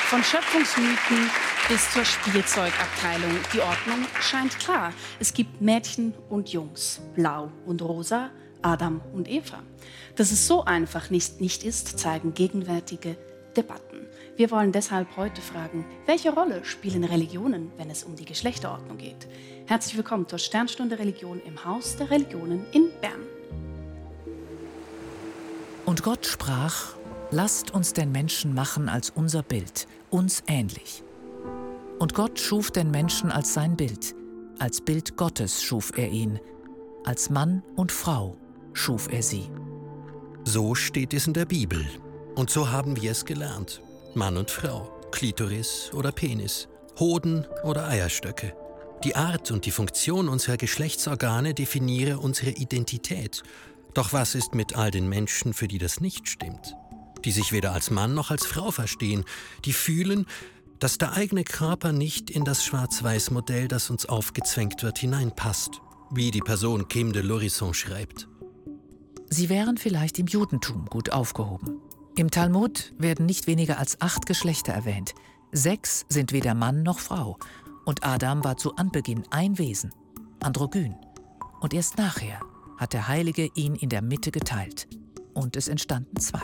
Von Schöpfungsmythen bis zur Spielzeugabteilung. Die Ordnung scheint klar. Es gibt Mädchen und Jungs, blau und rosa, Adam und Eva. Dass es so einfach nicht ist, zeigen gegenwärtige Debatten. Wir wollen deshalb heute fragen, welche Rolle spielen Religionen, wenn es um die Geschlechterordnung geht? Herzlich willkommen zur Sternstunde Religion im Haus der Religionen in Bern. Und Gott sprach: Lasst uns den Menschen machen als unser Bild, uns ähnlich. Und Gott schuf den Menschen als sein Bild. Als Bild Gottes schuf er ihn. Als Mann und Frau schuf er sie. So steht es in der Bibel. Und so haben wir es gelernt. Mann und Frau, Klitoris oder Penis, Hoden oder Eierstöcke. Die Art und die Funktion unserer Geschlechtsorgane definiere unsere Identität. Doch was ist mit all den Menschen, für die das nicht stimmt? Die sich weder als Mann noch als Frau verstehen, die fühlen, dass der eigene Körper nicht in das Schwarz-Weiß-Modell, das uns aufgezwängt wird, hineinpasst, wie die Person Kim de Laurisson schreibt. Sie wären vielleicht im Judentum gut aufgehoben. Im Talmud werden nicht weniger als 8 Geschlechter erwähnt. 6 sind weder Mann noch Frau. Und Adam war zu Anbeginn ein Wesen, androgyn. Und erst nachher hat der Heilige ihn in der Mitte geteilt. Und es entstanden 2.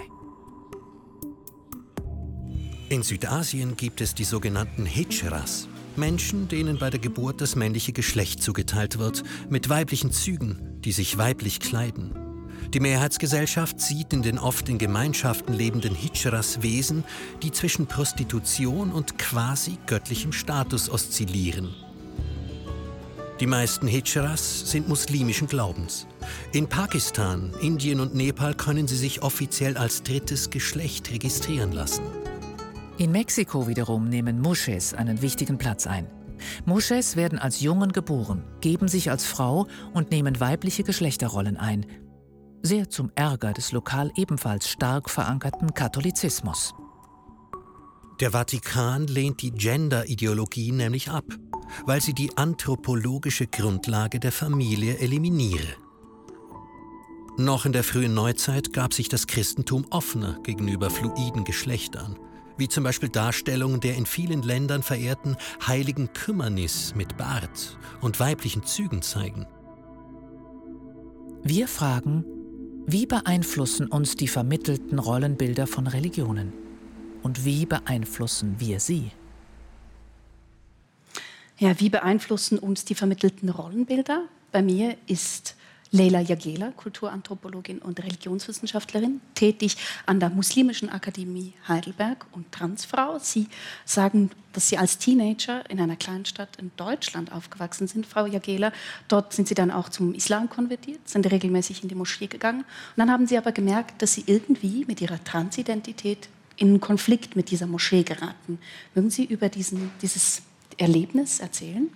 In Südasien gibt es die sogenannten Hijras, Menschen, denen bei der Geburt das männliche Geschlecht zugeteilt wird, mit weiblichen Zügen, die sich weiblich kleiden. Die Mehrheitsgesellschaft sieht in den oft in Gemeinschaften lebenden Hijras Wesen, die zwischen Prostitution und quasi göttlichem Status oszillieren. Die meisten Hijras sind muslimischen Glaubens. In Pakistan, Indien und Nepal können sie sich offiziell als drittes Geschlecht registrieren lassen. In Mexiko wiederum nehmen Mujeres einen wichtigen Platz ein. Mujeres werden als Jungen geboren, geben sich als Frau und nehmen weibliche Geschlechterrollen ein. Sehr zum Ärger des lokal ebenfalls stark verankerten Katholizismus. Der Vatikan lehnt die Gender-Ideologie nämlich ab, weil sie die anthropologische Grundlage der Familie eliminiere. Noch in der frühen Neuzeit gab sich das Christentum offener gegenüber fluiden Geschlechtern, wie zum Beispiel Darstellungen der in vielen Ländern verehrten heiligen Kümmernis mit Bart und weiblichen Zügen zeigen. Wir fragen, wie beeinflussen uns die vermittelten Rollenbilder von Religionen? Und wie beeinflussen wir sie? Ja, wie beeinflussen uns die vermittelten Rollenbilder? Bei mir ist Leila Jagela, Kulturanthropologin und Religionswissenschaftlerin, tätig an der Muslimischen Akademie Heidelberg und Transfrau. Sie sagen, dass Sie als Teenager in einer Kleinstadt in Deutschland aufgewachsen sind, Frau Jagela. Dort sind Sie dann auch zum Islam konvertiert, sind regelmäßig in die Moschee gegangen. Und dann haben Sie aber gemerkt, dass Sie irgendwie mit Ihrer Transidentität in einen Konflikt mit dieser Moschee geraten. Mögen Sie über dieses Erlebnis erzählen?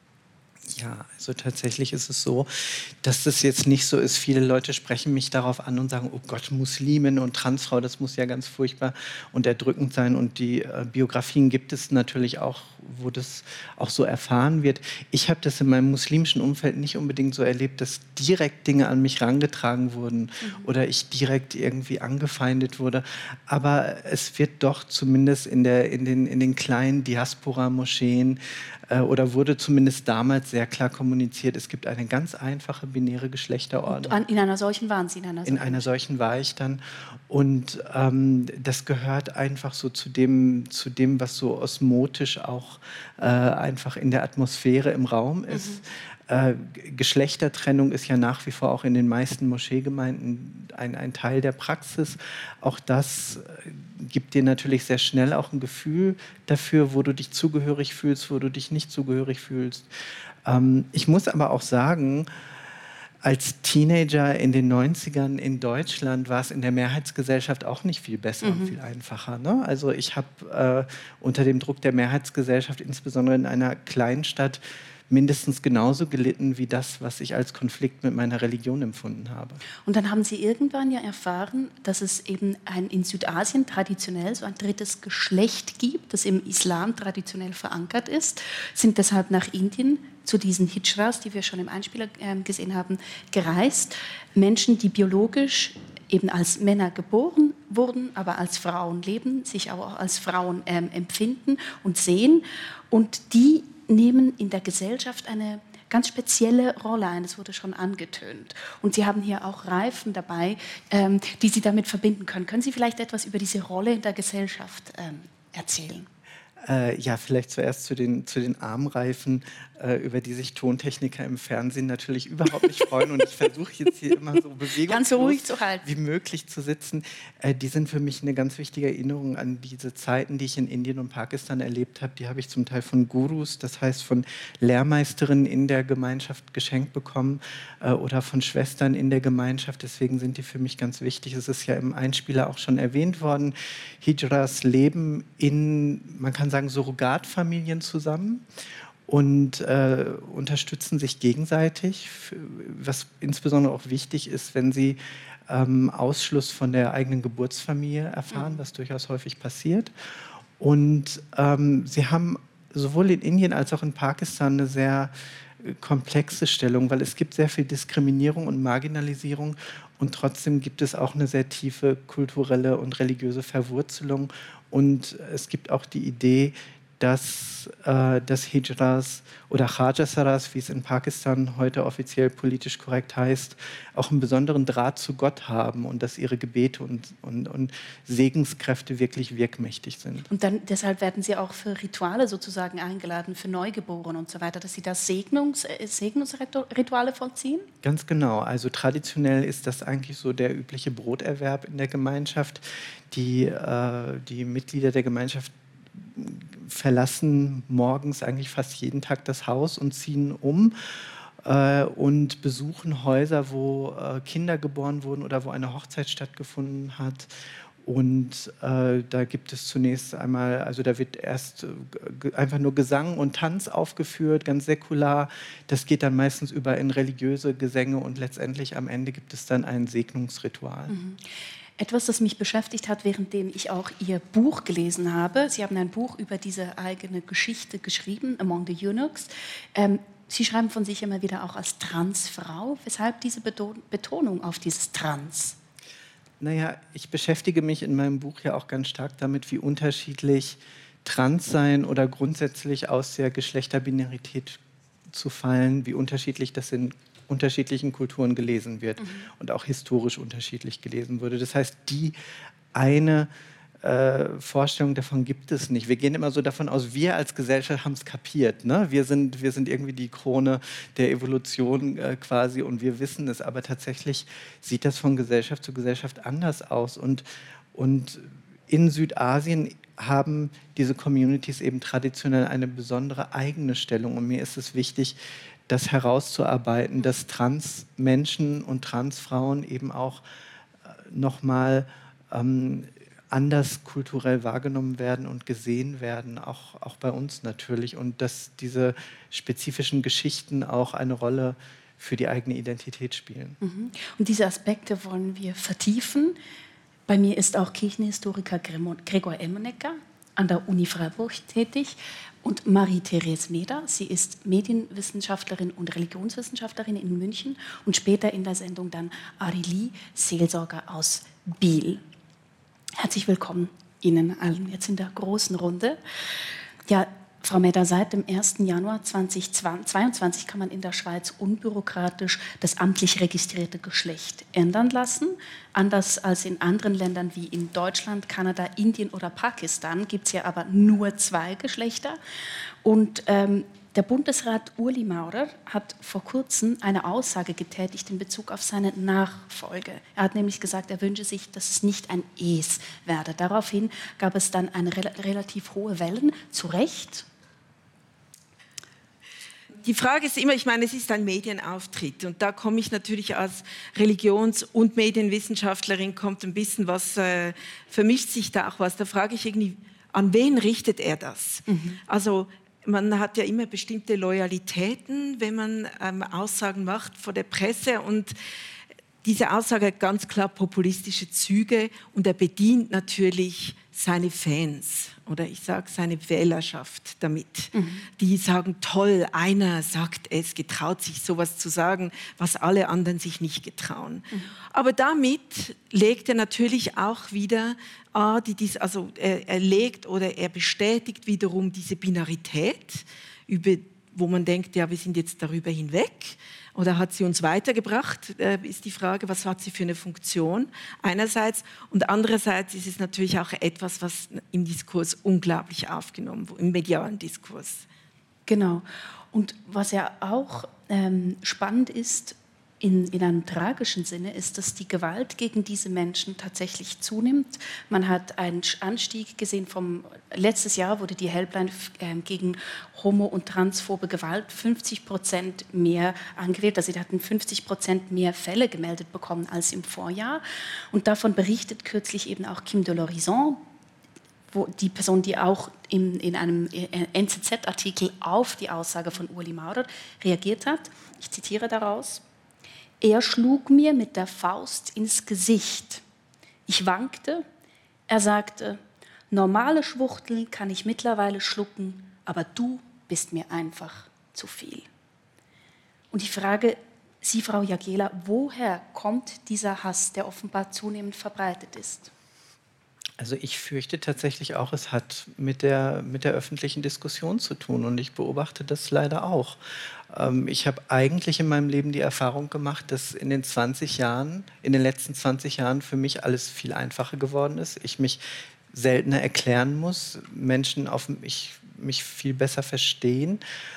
Ja, also tatsächlich ist es so, dass das jetzt nicht so ist. Viele Leute sprechen mich darauf an und sagen, oh Gott, Muslimin und Transfrau, das muss ja ganz furchtbar und erdrückend sein. Und die Biografien gibt es natürlich auch, wo das auch so erfahren wird. Ich habe das in meinem muslimischen Umfeld nicht unbedingt so erlebt, dass direkt Dinge an mich herangetragen wurden oder ich direkt irgendwie angefeindet wurde. Aber es wird doch zumindest in den kleinen Diaspora-Moscheen oder wurde zumindest damals sehr klar kommuniziert, es gibt eine ganz einfache binäre Geschlechterordnung. Und in einer solchen waren Sie? In einer solchen war ich dann. Und das gehört einfach so zu dem, was so osmotisch auch einfach in der Atmosphäre im Raum ist. Geschlechtertrennung ist ja nach wie vor auch in den meisten Moscheegemeinden ein Teil der Praxis. Auch das gibt dir natürlich sehr schnell auch ein Gefühl dafür, wo du dich zugehörig fühlst, wo du dich nicht zugehörig fühlst. Ich muss aber auch sagen, als Teenager in den 90ern in Deutschland war es in der Mehrheitsgesellschaft auch nicht viel besser und viel einfacher. Ne? Also ich habe unter dem Druck der Mehrheitsgesellschaft, insbesondere in einer Kleinstadt, mindestens genauso gelitten wie das, was ich als Konflikt mit meiner Religion empfunden habe. Und dann haben Sie irgendwann ja erfahren, dass es eben in Südasien traditionell so ein drittes Geschlecht gibt, das im Islam traditionell verankert ist, sind deshalb nach Indien zu diesen Hijras, die wir schon im Einspieler gesehen haben, gereist. Menschen, die biologisch eben als Männer geboren wurden, aber als Frauen leben, sich aber auch als Frauen empfinden und sehen. Und die nehmen in der Gesellschaft eine ganz spezielle Rolle ein, das wurde schon angetönt. Und Sie haben hier auch Reifen dabei, die Sie damit verbinden können. Können Sie vielleicht etwas über diese Rolle in der Gesellschaft erzählen? Ja, vielleicht zuerst zu den Armreifen, über die sich Tontechniker im Fernsehen natürlich überhaupt nicht freuen. Und ich versuche jetzt hier immer so bewegungslos wie möglich zu sitzen. Die sind für mich eine ganz wichtige Erinnerung an diese Zeiten, die ich in Indien und Pakistan erlebt habe. Die habe ich zum Teil von Gurus, das heißt von Lehrmeisterinnen in der Gemeinschaft geschenkt bekommen oder von Schwestern in der Gemeinschaft. Deswegen sind die für mich ganz wichtig. Es ist ja im Einspieler auch schon erwähnt worden. Hijras leben in, man kann sagen, Surrogatfamilien zusammen und unterstützen sich gegenseitig, was insbesondere auch wichtig ist, wenn sie Ausschluss von der eigenen Geburtsfamilie erfahren, was durchaus häufig passiert. Und sie haben sowohl in Indien als auch in Pakistan eine sehr komplexe Stellung, weil es gibt sehr viel Diskriminierung und Marginalisierung und trotzdem gibt es auch eine sehr tiefe kulturelle und religiöse Verwurzelung. Und es gibt auch die Idee, dass Hijras oder Khajasaras, wie es in Pakistan heute offiziell politisch korrekt heißt, auch einen besonderen Draht zu Gott haben und dass ihre Gebete und Segenskräfte wirklich wirkmächtig sind. Und dann, deshalb werden Sie auch für Rituale sozusagen eingeladen, für Neugeborene und so weiter, dass Sie da Segnungsrituale vollziehen? Ganz genau. Also traditionell ist das eigentlich so der übliche Broterwerb in der Gemeinschaft. Die Mitglieder der Gemeinschaft verlassen morgens eigentlich fast jeden Tag das Haus und ziehen um und besuchen Häuser, wo Kinder geboren wurden oder wo eine Hochzeit stattgefunden hat. Und da gibt es zunächst einmal, also da wird erst einfach nur Gesang und Tanz aufgeführt, ganz säkular. Das geht dann meistens über in religiöse Gesänge und letztendlich am Ende gibt es dann ein Segnungsritual. Mhm. Etwas, das mich beschäftigt hat, währenddem ich auch Ihr Buch gelesen habe. Sie haben ein Buch über diese eigene Geschichte geschrieben, Among the Eunuchs. Sie schreiben von sich immer wieder auch als Transfrau. Weshalb diese Betonung auf dieses Trans? Naja, ich beschäftige mich in meinem Buch ja auch ganz stark damit, wie unterschiedlich Transsein oder grundsätzlich aus der Geschlechterbinarität zu fallen, wie unterschiedlich das in unterschiedlichen Kulturen gelesen wird und auch historisch unterschiedlich gelesen wurde. Das heißt, die eine Vorstellung davon gibt es nicht. Wir gehen immer so davon aus, wir als Gesellschaft haben es kapiert. Ne? Wir sind irgendwie die Krone der Evolution quasi und wir wissen es. Aber tatsächlich sieht das von Gesellschaft zu Gesellschaft anders aus. Und in Südasien haben diese Communities eben traditionell eine besondere eigene Stellung. Und mir ist es wichtig, das herauszuarbeiten, dass Transmenschen und Transfrauen eben auch nochmal anders kulturell wahrgenommen werden und gesehen werden, auch bei uns natürlich. Und dass diese spezifischen Geschichten auch eine Rolle für die eigene Identität spielen. Mhm. Und diese Aspekte wollen wir vertiefen. Bei mir ist auch Kirchenhistoriker Gregor Emenegger an der Uni Freiburg tätig und Marie-Therese Meder. Sie ist Medienwissenschaftlerin und Religionswissenschaftlerin in München und später in der Sendung dann Arilie, Seelsorger aus Biel. Herzlich willkommen Ihnen allen jetzt in der großen Runde. Ja, Frau Meder, seit dem 1. Januar 2022 kann man in der Schweiz unbürokratisch das amtlich registrierte Geschlecht ändern lassen. Anders als in anderen Ländern wie in Deutschland, Kanada, Indien oder Pakistan gibt es ja aber nur 2 Geschlechter. Und der Bundesrat Ueli Maurer hat vor kurzem eine Aussage getätigt in Bezug auf seine Nachfolge. Er hat nämlich gesagt, er wünsche sich, dass es nicht ein Es werde. Daraufhin gab es dann eine relativ hohe Wellen, zu Recht. Die Frage ist immer, ich meine, es ist ein Medienauftritt und da komme ich natürlich als Religions- und Medienwissenschaftlerin, kommt ein bisschen was, vermischt sich da auch was. Da frage ich irgendwie, an wen richtet er das? Also man hat ja immer bestimmte Loyalitäten, wenn man Aussagen macht vor der Presse und diese Aussage hat ganz klar populistische Züge und er bedient natürlich seine Fans oder ich sage seine Wählerschaft damit. Die sagen, toll, einer sagt es, getraut sich sowas zu sagen, was alle anderen sich nicht getrauen. Aber damit legt er natürlich auch wieder, er legt oder er bestätigt wiederum diese Binarität, wo man denkt, ja, wir sind jetzt darüber hinweg. Oder hat sie uns weitergebracht, ist die Frage, was hat sie für eine Funktion einerseits. Und andererseits ist es natürlich auch etwas, was im Diskurs unglaublich aufgenommen wurde, im medialen Diskurs. Genau. Und was ja auch spannend ist, in einem tragischen Sinne, ist, dass die Gewalt gegen diese Menschen tatsächlich zunimmt. Man hat einen Anstieg gesehen letztes Jahr wurde die Helpline gegen homo- und transphobe Gewalt 50% mehr angewählt. Also sie hatten 50% mehr Fälle gemeldet bekommen als im Vorjahr. Und davon berichtet kürzlich eben auch Kim de l'Horizon, die Person, die auch in einem NZZ-Artikel auf die Aussage von Ueli Maurer reagiert hat. Ich zitiere daraus: Er schlug mir mit der Faust ins Gesicht. Ich wankte. Er sagte, normale Schwuchteln kann ich mittlerweile schlucken, aber du bist mir einfach zu viel. Und ich frage Sie, Frau Jagela, woher kommt dieser Hass, der offenbar zunehmend verbreitet ist? Also ich fürchte tatsächlich auch, es hat mit der öffentlichen Diskussion zu tun und ich beobachte das leider auch. Ich habe eigentlich in meinem Leben die Erfahrung gemacht, dass in den letzten 20 Jahren für mich alles viel einfacher geworden ist. Ich mich seltener erklären muss, Menschen mich viel besser verstehen,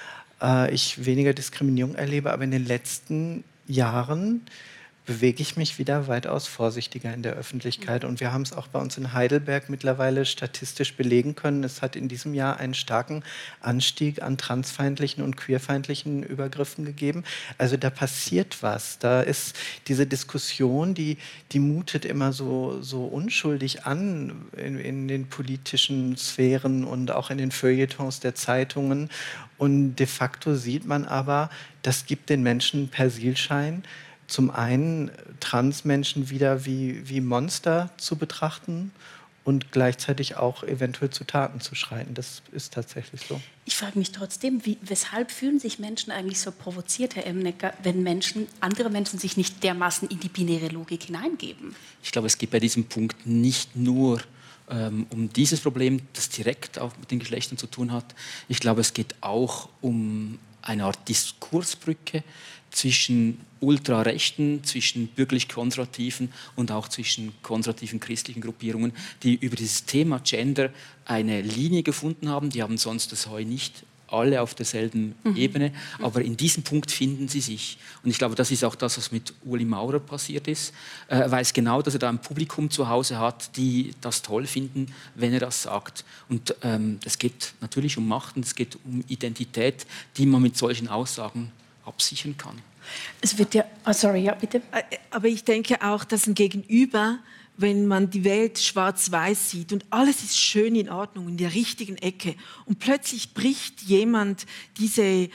ich weniger Diskriminierung erlebe, aber in den letzten Jahren bewege ich mich wieder weitaus vorsichtiger in der Öffentlichkeit. Und wir haben es auch bei uns in Heidelberg mittlerweile statistisch belegen können. Es hat in diesem Jahr einen starken Anstieg an transfeindlichen und queerfeindlichen Übergriffen gegeben. Also da passiert was. Da ist diese Diskussion, die mutet immer so unschuldig an in den politischen Sphären und auch in den Feuilletons der Zeitungen. Und de facto sieht man aber, das gibt den Menschen Persilschein, zum einen Transmenschen wieder wie Monster zu betrachten und gleichzeitig auch eventuell zu Taten zu schreiten. Das ist tatsächlich so. Ich frage mich trotzdem, weshalb fühlen sich Menschen eigentlich so provoziert, Herr Emnecker, wenn andere Menschen sich nicht dermaßen in die binäre Logik hineingeben? Ich glaube, es geht bei diesem Punkt nicht nur um dieses Problem, das direkt auch mit den Geschlechtern zu tun hat. Ich glaube, es geht auch um eine Art Diskursbrücke zwischen Ultrarechten, zwischen bürgerlich-konservativen und auch zwischen konservativen christlichen Gruppierungen, die über dieses Thema Gender eine Linie gefunden haben. Die haben sonst das Heu nicht alle auf derselben Ebene, aber in diesem Punkt finden sie sich. Und ich glaube, das ist auch das, was mit Ueli Maurer passiert ist. Er weiß genau, dass er da ein Publikum zu Hause hat, die das toll finden, wenn er das sagt. Und es geht natürlich um Macht und es geht um Identität, die man mit solchen Aussagen absichern kann. Es wird ja, sorry, ja, bitte. Aber ich denke auch, dass ein Gegenüber, wenn man die Welt schwarz-weiß sieht und alles ist schön in Ordnung, in der richtigen Ecke und plötzlich bricht jemand dieses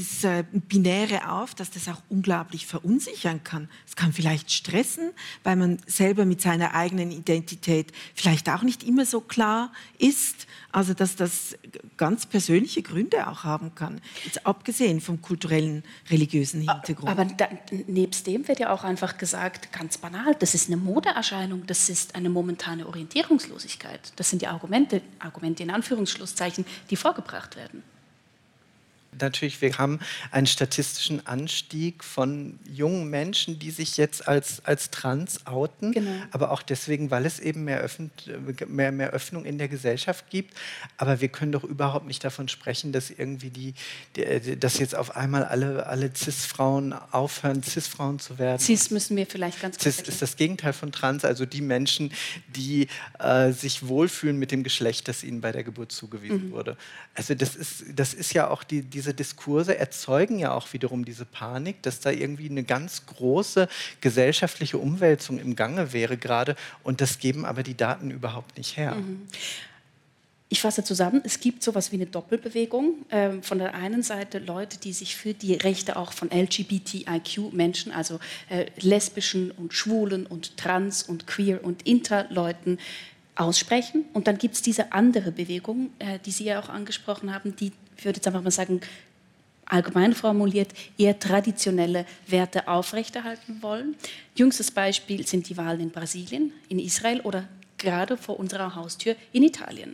Binäre auf, dass das auch unglaublich verunsichern kann. Es kann vielleicht stressen, weil man selber mit seiner eigenen Identität vielleicht auch nicht immer so klar ist. Also dass das ganz persönliche Gründe auch haben kann, jetzt abgesehen vom kulturellen, religiösen Hintergrund. Aber nebst dem wird ja auch einfach gesagt, ganz banal, das ist eine Modeerscheinung, das ist eine momentane Orientierungslosigkeit. Das sind die Argumente in Anführungsschlusszeichen, die vorgebracht werden. Natürlich, wir haben einen statistischen Anstieg von jungen Menschen, die sich jetzt als trans outen, genau. Aber auch deswegen, weil es eben mehr Öffnung in der Gesellschaft gibt. Aber wir können doch überhaupt nicht davon sprechen, dass irgendwie dass jetzt auf einmal alle Cis-Frauen aufhören, Cis-Frauen zu werden. Cis müssen wir vielleicht ganz kurz Cis ist das Gegenteil von trans, also die Menschen, die sich wohlfühlen mit dem Geschlecht, das ihnen bei der Geburt zugewiesen wurde. Also das ist ja auch diese Diskurse erzeugen ja auch wiederum diese Panik, dass da irgendwie eine ganz große gesellschaftliche Umwälzung im Gange wäre gerade und das geben aber die Daten überhaupt nicht her. Ich fasse zusammen, es gibt so etwas wie eine Doppelbewegung. Von der einen Seite Leute, die sich für die Rechte auch von LGBTIQ-Menschen, also lesbischen und schwulen und trans und queer und inter-Leuten aussprechen. Und dann gibt es diese andere Bewegung, die Sie ja auch angesprochen haben, die, ich würde jetzt einfach mal sagen, allgemein formuliert, eher traditionelle Werte aufrechterhalten wollen. Jüngstes Beispiel sind die Wahlen in Brasilien, in Israel oder gerade vor unserer Haustür in Italien.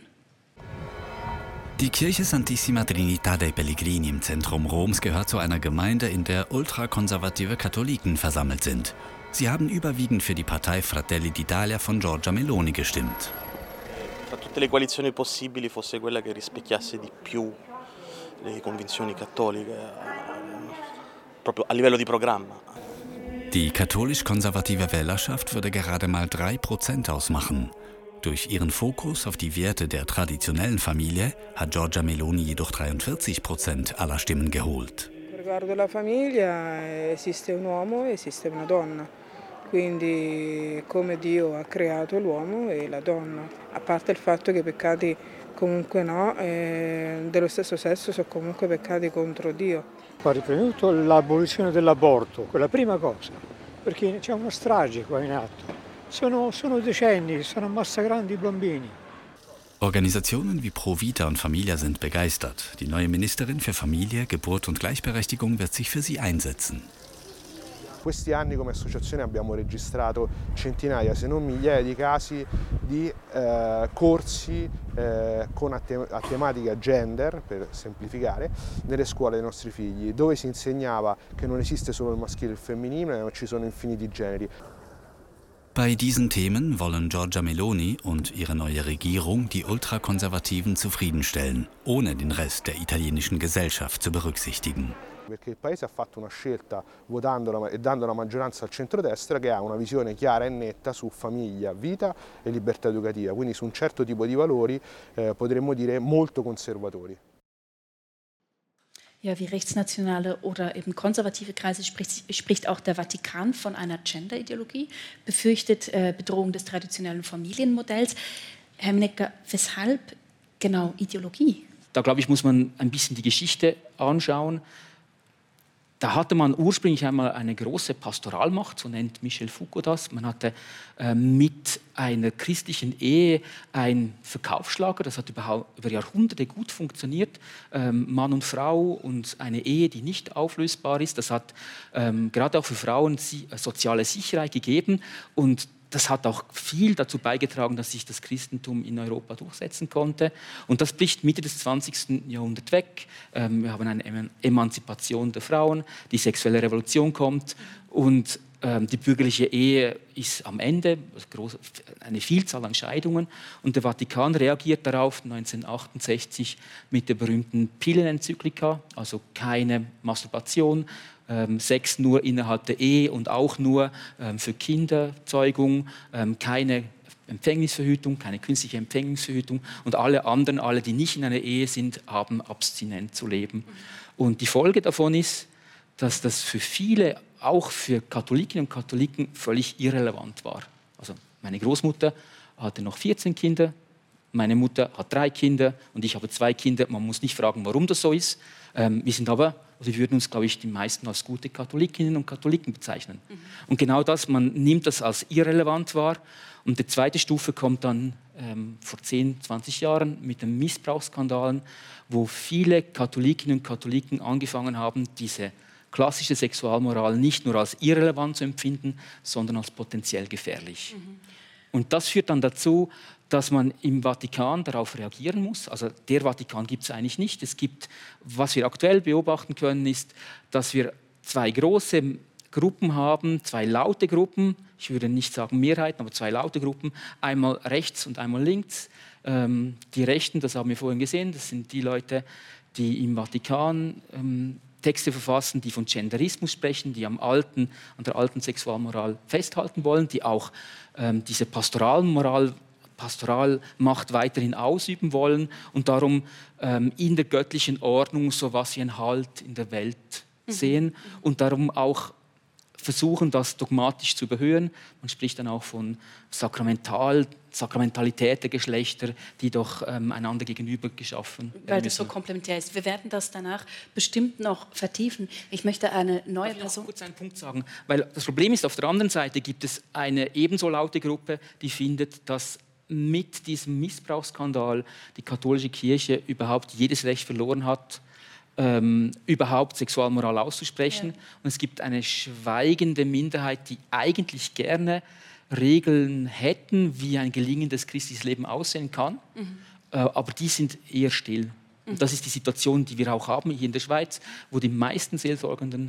Die Kirche Santissima Trinità dei Pellegrini im Zentrum Roms gehört zu einer Gemeinde, in der ultrakonservative Katholiken versammelt sind. Sie haben überwiegend für die Partei Fratelli d'Italia von Giorgia Meloni gestimmt. Tra tutte le coalizioni possibili fosse quella che rispecchiasse di più le convinzioni cattoliche, proprio a livello di programma. Die katholisch-konservative Wählerschaft würde gerade mal 3% ausmachen. Durch ihren Fokus auf die Werte der traditionellen Familie hat Giorgia Meloni jedoch 43% aller Stimmen geholt. Riguardo la famiglia esiste un uomo e esiste una donna. Quindi come Dio ha creato l'uomo e la donna. A parte il fatto che i peccati comunque no, dello stesso sesso sono comunque peccati contro Dio. Prima di tutto l'abolizione dell'aborto, quella prima cosa, perché c'è una strage qua in atto. Sono decenni, stanno massacrando i bambini. Organisationen wie Pro Vita und Familia sind begeistert. Die neue Ministerin für Familie, Geburt und Gleichberechtigung wird sich für sie einsetzen. Questi anni come associazione abbiamo registrato centinaia, se non migliaia di casi di corsi a tematica gender, per semplificare, nelle scuole dei nostri figli, dove si insegnava che non esiste solo il maschile e il femminile, ma ci sono infiniti generi. Bei diesen Themen wollen Giorgia Meloni und ihre neue Regierung die Ultrakonservativen zufriedenstellen, ohne den Rest der italienischen Gesellschaft zu berücksichtigen. Perché il Paese ha fatto una scelta votandola e dando la maggioranza al centrodestra che ha una visione chiara e netta su famiglia, vita e libertà educativa, quindi su un certo tipo di valori potremmo dire molto conservatori. Ja, wie rechtsnationale oder eben konservative Kreise spricht auch der Vatikan von einer Gender-Ideologie, befürchtet Bedrohung des traditionellen Familienmodells. Herr Mnecker, weshalb genau Ideologie? Da, glaube ich, muss man ein bisschen die Geschichte anschauen. Da hatte man ursprünglich einmal eine große Pastoralmacht, so nennt Michel Foucault das. Man hatte mit einer christlichen Ehe ein Verkaufsschlager, das hat über Jahrhunderte gut funktioniert. Mann und Frau und eine Ehe, die nicht auflösbar ist. Das hat gerade auch für Frauen soziale Sicherheit gegeben und das hat auch viel dazu beigetragen, dass sich das Christentum in Europa durchsetzen konnte. Und das bricht Mitte des 20. Jahrhunderts weg. Wir haben eine Emanzipation der Frauen, die sexuelle Revolution kommt und die bürgerliche Ehe ist am Ende, eine Vielzahl an Scheidungen. Und der Vatikan reagiert darauf 1968 mit der berühmten Pillenenzyklika, also keine Masturbation, Sex nur innerhalb der Ehe und auch nur für Kinderzeugung, keine Empfängnisverhütung, keine künstliche Empfängnisverhütung und alle anderen, alle, die nicht in einer Ehe sind, haben abstinent zu leben. Und die Folge davon ist, dass das für viele, auch für Katholikinnen und Katholiken, völlig irrelevant war. Also meine Großmutter hatte noch 14 Kinder, meine Mutter hat 3 Kinder und ich habe 2 Kinder. Man muss nicht fragen, warum das so ist. Wir sind aber, also wir würden uns, glaube ich, die meisten als gute Katholikinnen und Katholiken bezeichnen. Und genau das, man nimmt das als irrelevant wahr. Und die zweite Stufe kommt dann vor 10, 20 Jahren mit den Missbrauchsskandalen, wo viele Katholikinnen und Katholiken angefangen haben, diese klassische Sexualmoral nicht nur als irrelevant zu empfinden, sondern als potenziell gefährlich. Und das führt dann dazu, dass man im Vatikan darauf reagieren muss. Also der Vatikan gibt es eigentlich nicht. Es gibt, was wir aktuell beobachten können, ist, dass wir 2 große Gruppen haben, 2 laute Gruppen. Ich würde nicht sagen Mehrheiten, aber 2 laute Gruppen. Einmal rechts und einmal links. Die Rechten, das haben wir vorhin gesehen, das sind die Leute, die im Vatikan Texte verfassen, die von Genderismus sprechen, die an der alten Sexualmoral festhalten wollen, die auch diese Pastoralmacht weiterhin ausüben wollen und darum in der göttlichen Ordnung so etwas wie einen Halt in der Welt sehen und darum auch versuchen, das dogmatisch zu überhöhen. Man spricht dann auch von Sakramentalität der Geschlechter, die doch einander gegenüber geschaffen werden. Weil das so komplementär ist. Wir werden das danach bestimmt noch vertiefen. Ich möchte eine neue Person... Ich will noch kurz einen Punkt sagen, weil das Problem ist, auf der anderen Seite gibt es eine ebenso laute Gruppe, die findet, dass mit diesem Missbrauchsskandal die katholische Kirche überhaupt jedes Recht verloren hat, überhaupt Sexualmoral auszusprechen. Ja. Und es gibt eine schweigende Minderheit, die eigentlich gerne Regeln hätten, wie ein gelingendes christliches Leben aussehen kann, aber die sind eher still. Und das ist die Situation, die wir auch haben hier in der Schweiz, wo die meisten Seelsorgenden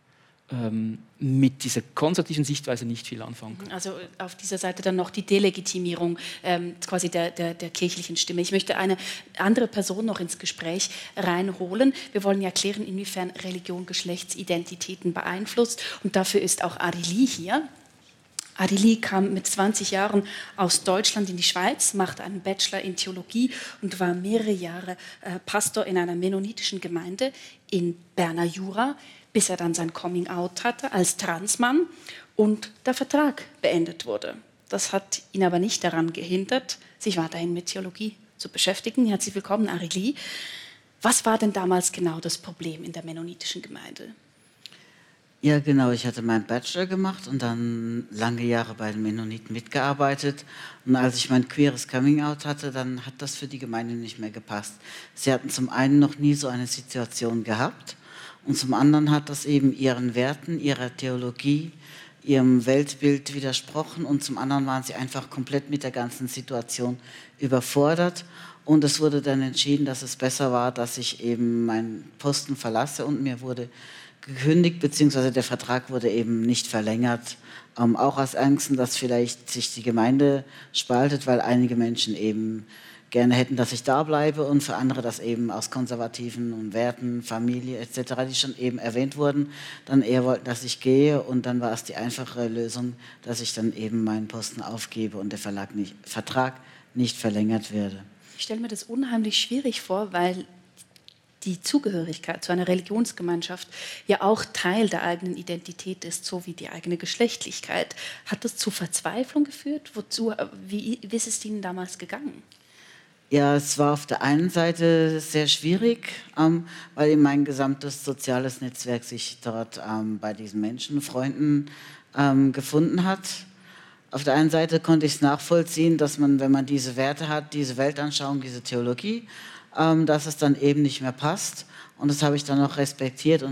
mit dieser konservativen Sichtweise nicht viel anfangen können. Also auf dieser Seite dann noch die Delegitimierung quasi der kirchlichen Stimme. Ich möchte eine andere Person noch ins Gespräch reinholen. Wir wollen ja klären, inwiefern Religion Geschlechtsidentitäten beeinflusst. Und dafür ist auch Adili hier. Adili kam mit 20 Jahren aus Deutschland in die Schweiz, machte einen Bachelor in Theologie und war mehrere Jahre Pastor in einer mennonitischen Gemeinde in Berner Jura, bis er dann sein Coming-out hatte als Transmann und der Vertrag beendet wurde. Das hat ihn aber nicht daran gehindert, sich weiterhin mit Theologie zu beschäftigen. Herzlich willkommen, Adili. Was war denn damals genau das Problem in der mennonitischen Gemeinde? Ja, genau. Ich hatte meinen Bachelor gemacht und dann lange Jahre bei den Mennoniten mitgearbeitet. Und als ich mein queeres Coming-out hatte, dann hat das für die Gemeinde nicht mehr gepasst. Sie hatten zum einen noch nie so eine Situation gehabt und zum anderen hat das eben ihren Werten, ihrer Theologie, ihrem Weltbild widersprochen und zum anderen waren sie einfach komplett mit der ganzen Situation überfordert. Und es wurde dann entschieden, dass es besser war, dass ich eben meinen Posten verlasse und mir wurde gekündigt, beziehungsweise der Vertrag wurde eben nicht verlängert, auch aus Angst, dass vielleicht sich die Gemeinde spaltet, weil einige Menschen eben gerne hätten, dass ich da bleibe und für andere das eben aus konservativen und Werten, Familie etc., die schon eben erwähnt wurden, dann eher wollten, dass ich gehe und dann war es die einfache Lösung, dass ich dann eben meinen Posten aufgebe und der Vertrag nicht verlängert werde. Ich stelle mir das unheimlich schwierig vor, weil die Zugehörigkeit zu einer Religionsgemeinschaft ja auch Teil der eigenen Identität ist, so wie die eigene Geschlechtlichkeit. Hat das zu Verzweiflung geführt? Wie ist es Ihnen damals gegangen? Ja, es war auf der einen Seite sehr schwierig, weil eben mein gesamtes soziales Netzwerk sich dort bei diesen Menschen, Freunden gefunden hat. Auf der einen Seite konnte ich es nachvollziehen, dass man, wenn man diese Werte hat, diese Weltanschauung, diese Theologie, dass es dann eben nicht mehr passt. Und das habe ich dann auch respektiert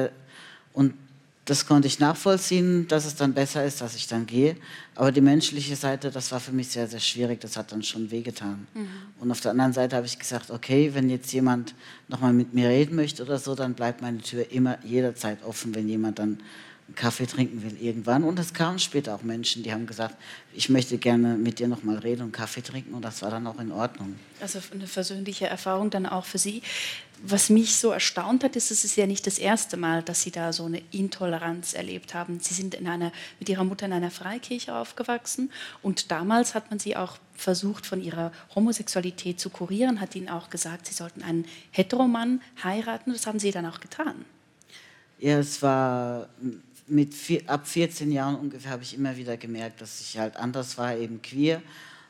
und das konnte ich nachvollziehen, dass es dann besser ist, dass ich dann gehe. Aber die menschliche Seite, das war für mich sehr, sehr schwierig. Das hat dann schon wehgetan. Und auf der anderen Seite habe ich gesagt, okay, wenn jetzt jemand nochmal mit mir reden möchte oder so, dann bleibt meine Tür immer jederzeit offen, wenn jemand dann einen Kaffee trinken will irgendwann. Und es kamen später auch Menschen, die haben gesagt, ich möchte gerne mit dir nochmal reden und Kaffee trinken. Und das war dann auch in Ordnung. Also eine versöhnliche Erfahrung dann auch für Sie. Was mich so erstaunt hat, ist, es ist ja nicht das erste Mal, dass Sie da so eine Intoleranz erlebt haben. Sie sind mit Ihrer Mutter in einer Freikirche aufgewachsen und damals hat man Sie auch versucht, von Ihrer Homosexualität zu kurieren, hat Ihnen auch gesagt, Sie sollten einen Heteromann heiraten. Das haben Sie dann auch getan. Ja, es war ab 14 Jahren ungefähr habe ich immer wieder gemerkt, dass ich halt anders war, eben queer.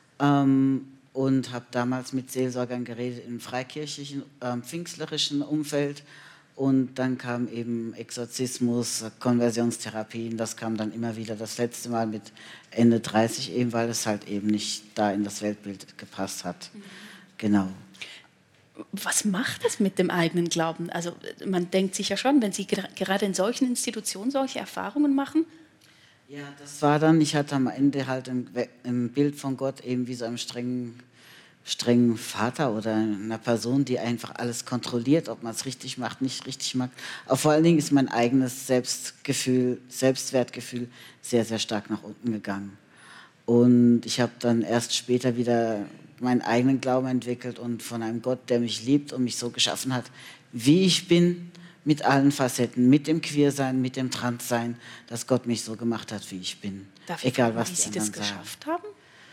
Und habe damals mit Seelsorgern geredet im freikirchlichen, pfingstlerischen Umfeld. Und dann kam eben Exorzismus, Konversionstherapien, das kam dann immer wieder. Das letzte Mal mit Ende 30 eben, weil es halt eben nicht da in das Weltbild gepasst hat. Genau. Was macht das mit dem eigenen Glauben? Also man denkt sich ja schon, wenn Sie gerade in solchen Institutionen solche Erfahrungen machen. Ja, das war dann, ich hatte am Ende halt im Bild von Gott eben wie so einem strengen Vater oder einer Person, die einfach alles kontrolliert, ob man es richtig macht, nicht richtig macht. Aber vor allen Dingen ist mein eigenes Selbstwertgefühl sehr, sehr stark nach unten gegangen. Und ich habe dann erst später wieder meinen eigenen Glauben entwickelt und von einem Gott, der mich liebt und mich so geschaffen hat, wie ich bin, mit allen Facetten, mit dem Queersein, mit dem Transsein, dass Gott mich so gemacht hat, wie ich bin. Darf ich egal, fragen, was wie die Sie anderen das geschafft haben?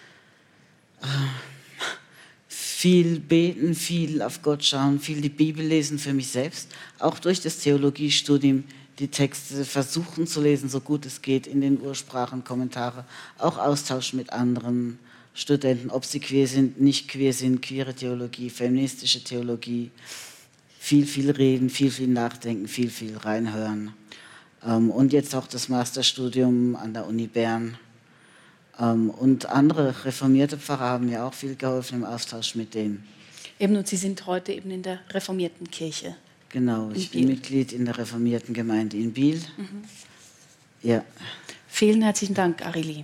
Viel beten, viel auf Gott schauen, viel die Bibel lesen für mich selbst, auch durch das Theologiestudium die Texte versuchen zu lesen, so gut es geht, in den Ursprachen, Kommentare, auch Austausch mit anderen Studenten, ob sie queer sind, nicht queer sind, queere Theologie, feministische Theologie. Viel reden, viel nachdenken, viel reinhören. Und jetzt auch das Masterstudium an der Uni Bern. Und andere reformierte Pfarrer haben mir auch viel geholfen im Austausch mit denen. Eben, und Sie sind heute eben in der reformierten Kirche. Genau, ich bin Mitglied in der reformierten Gemeinde in Biel. Ja. Vielen herzlichen Dank, Areli.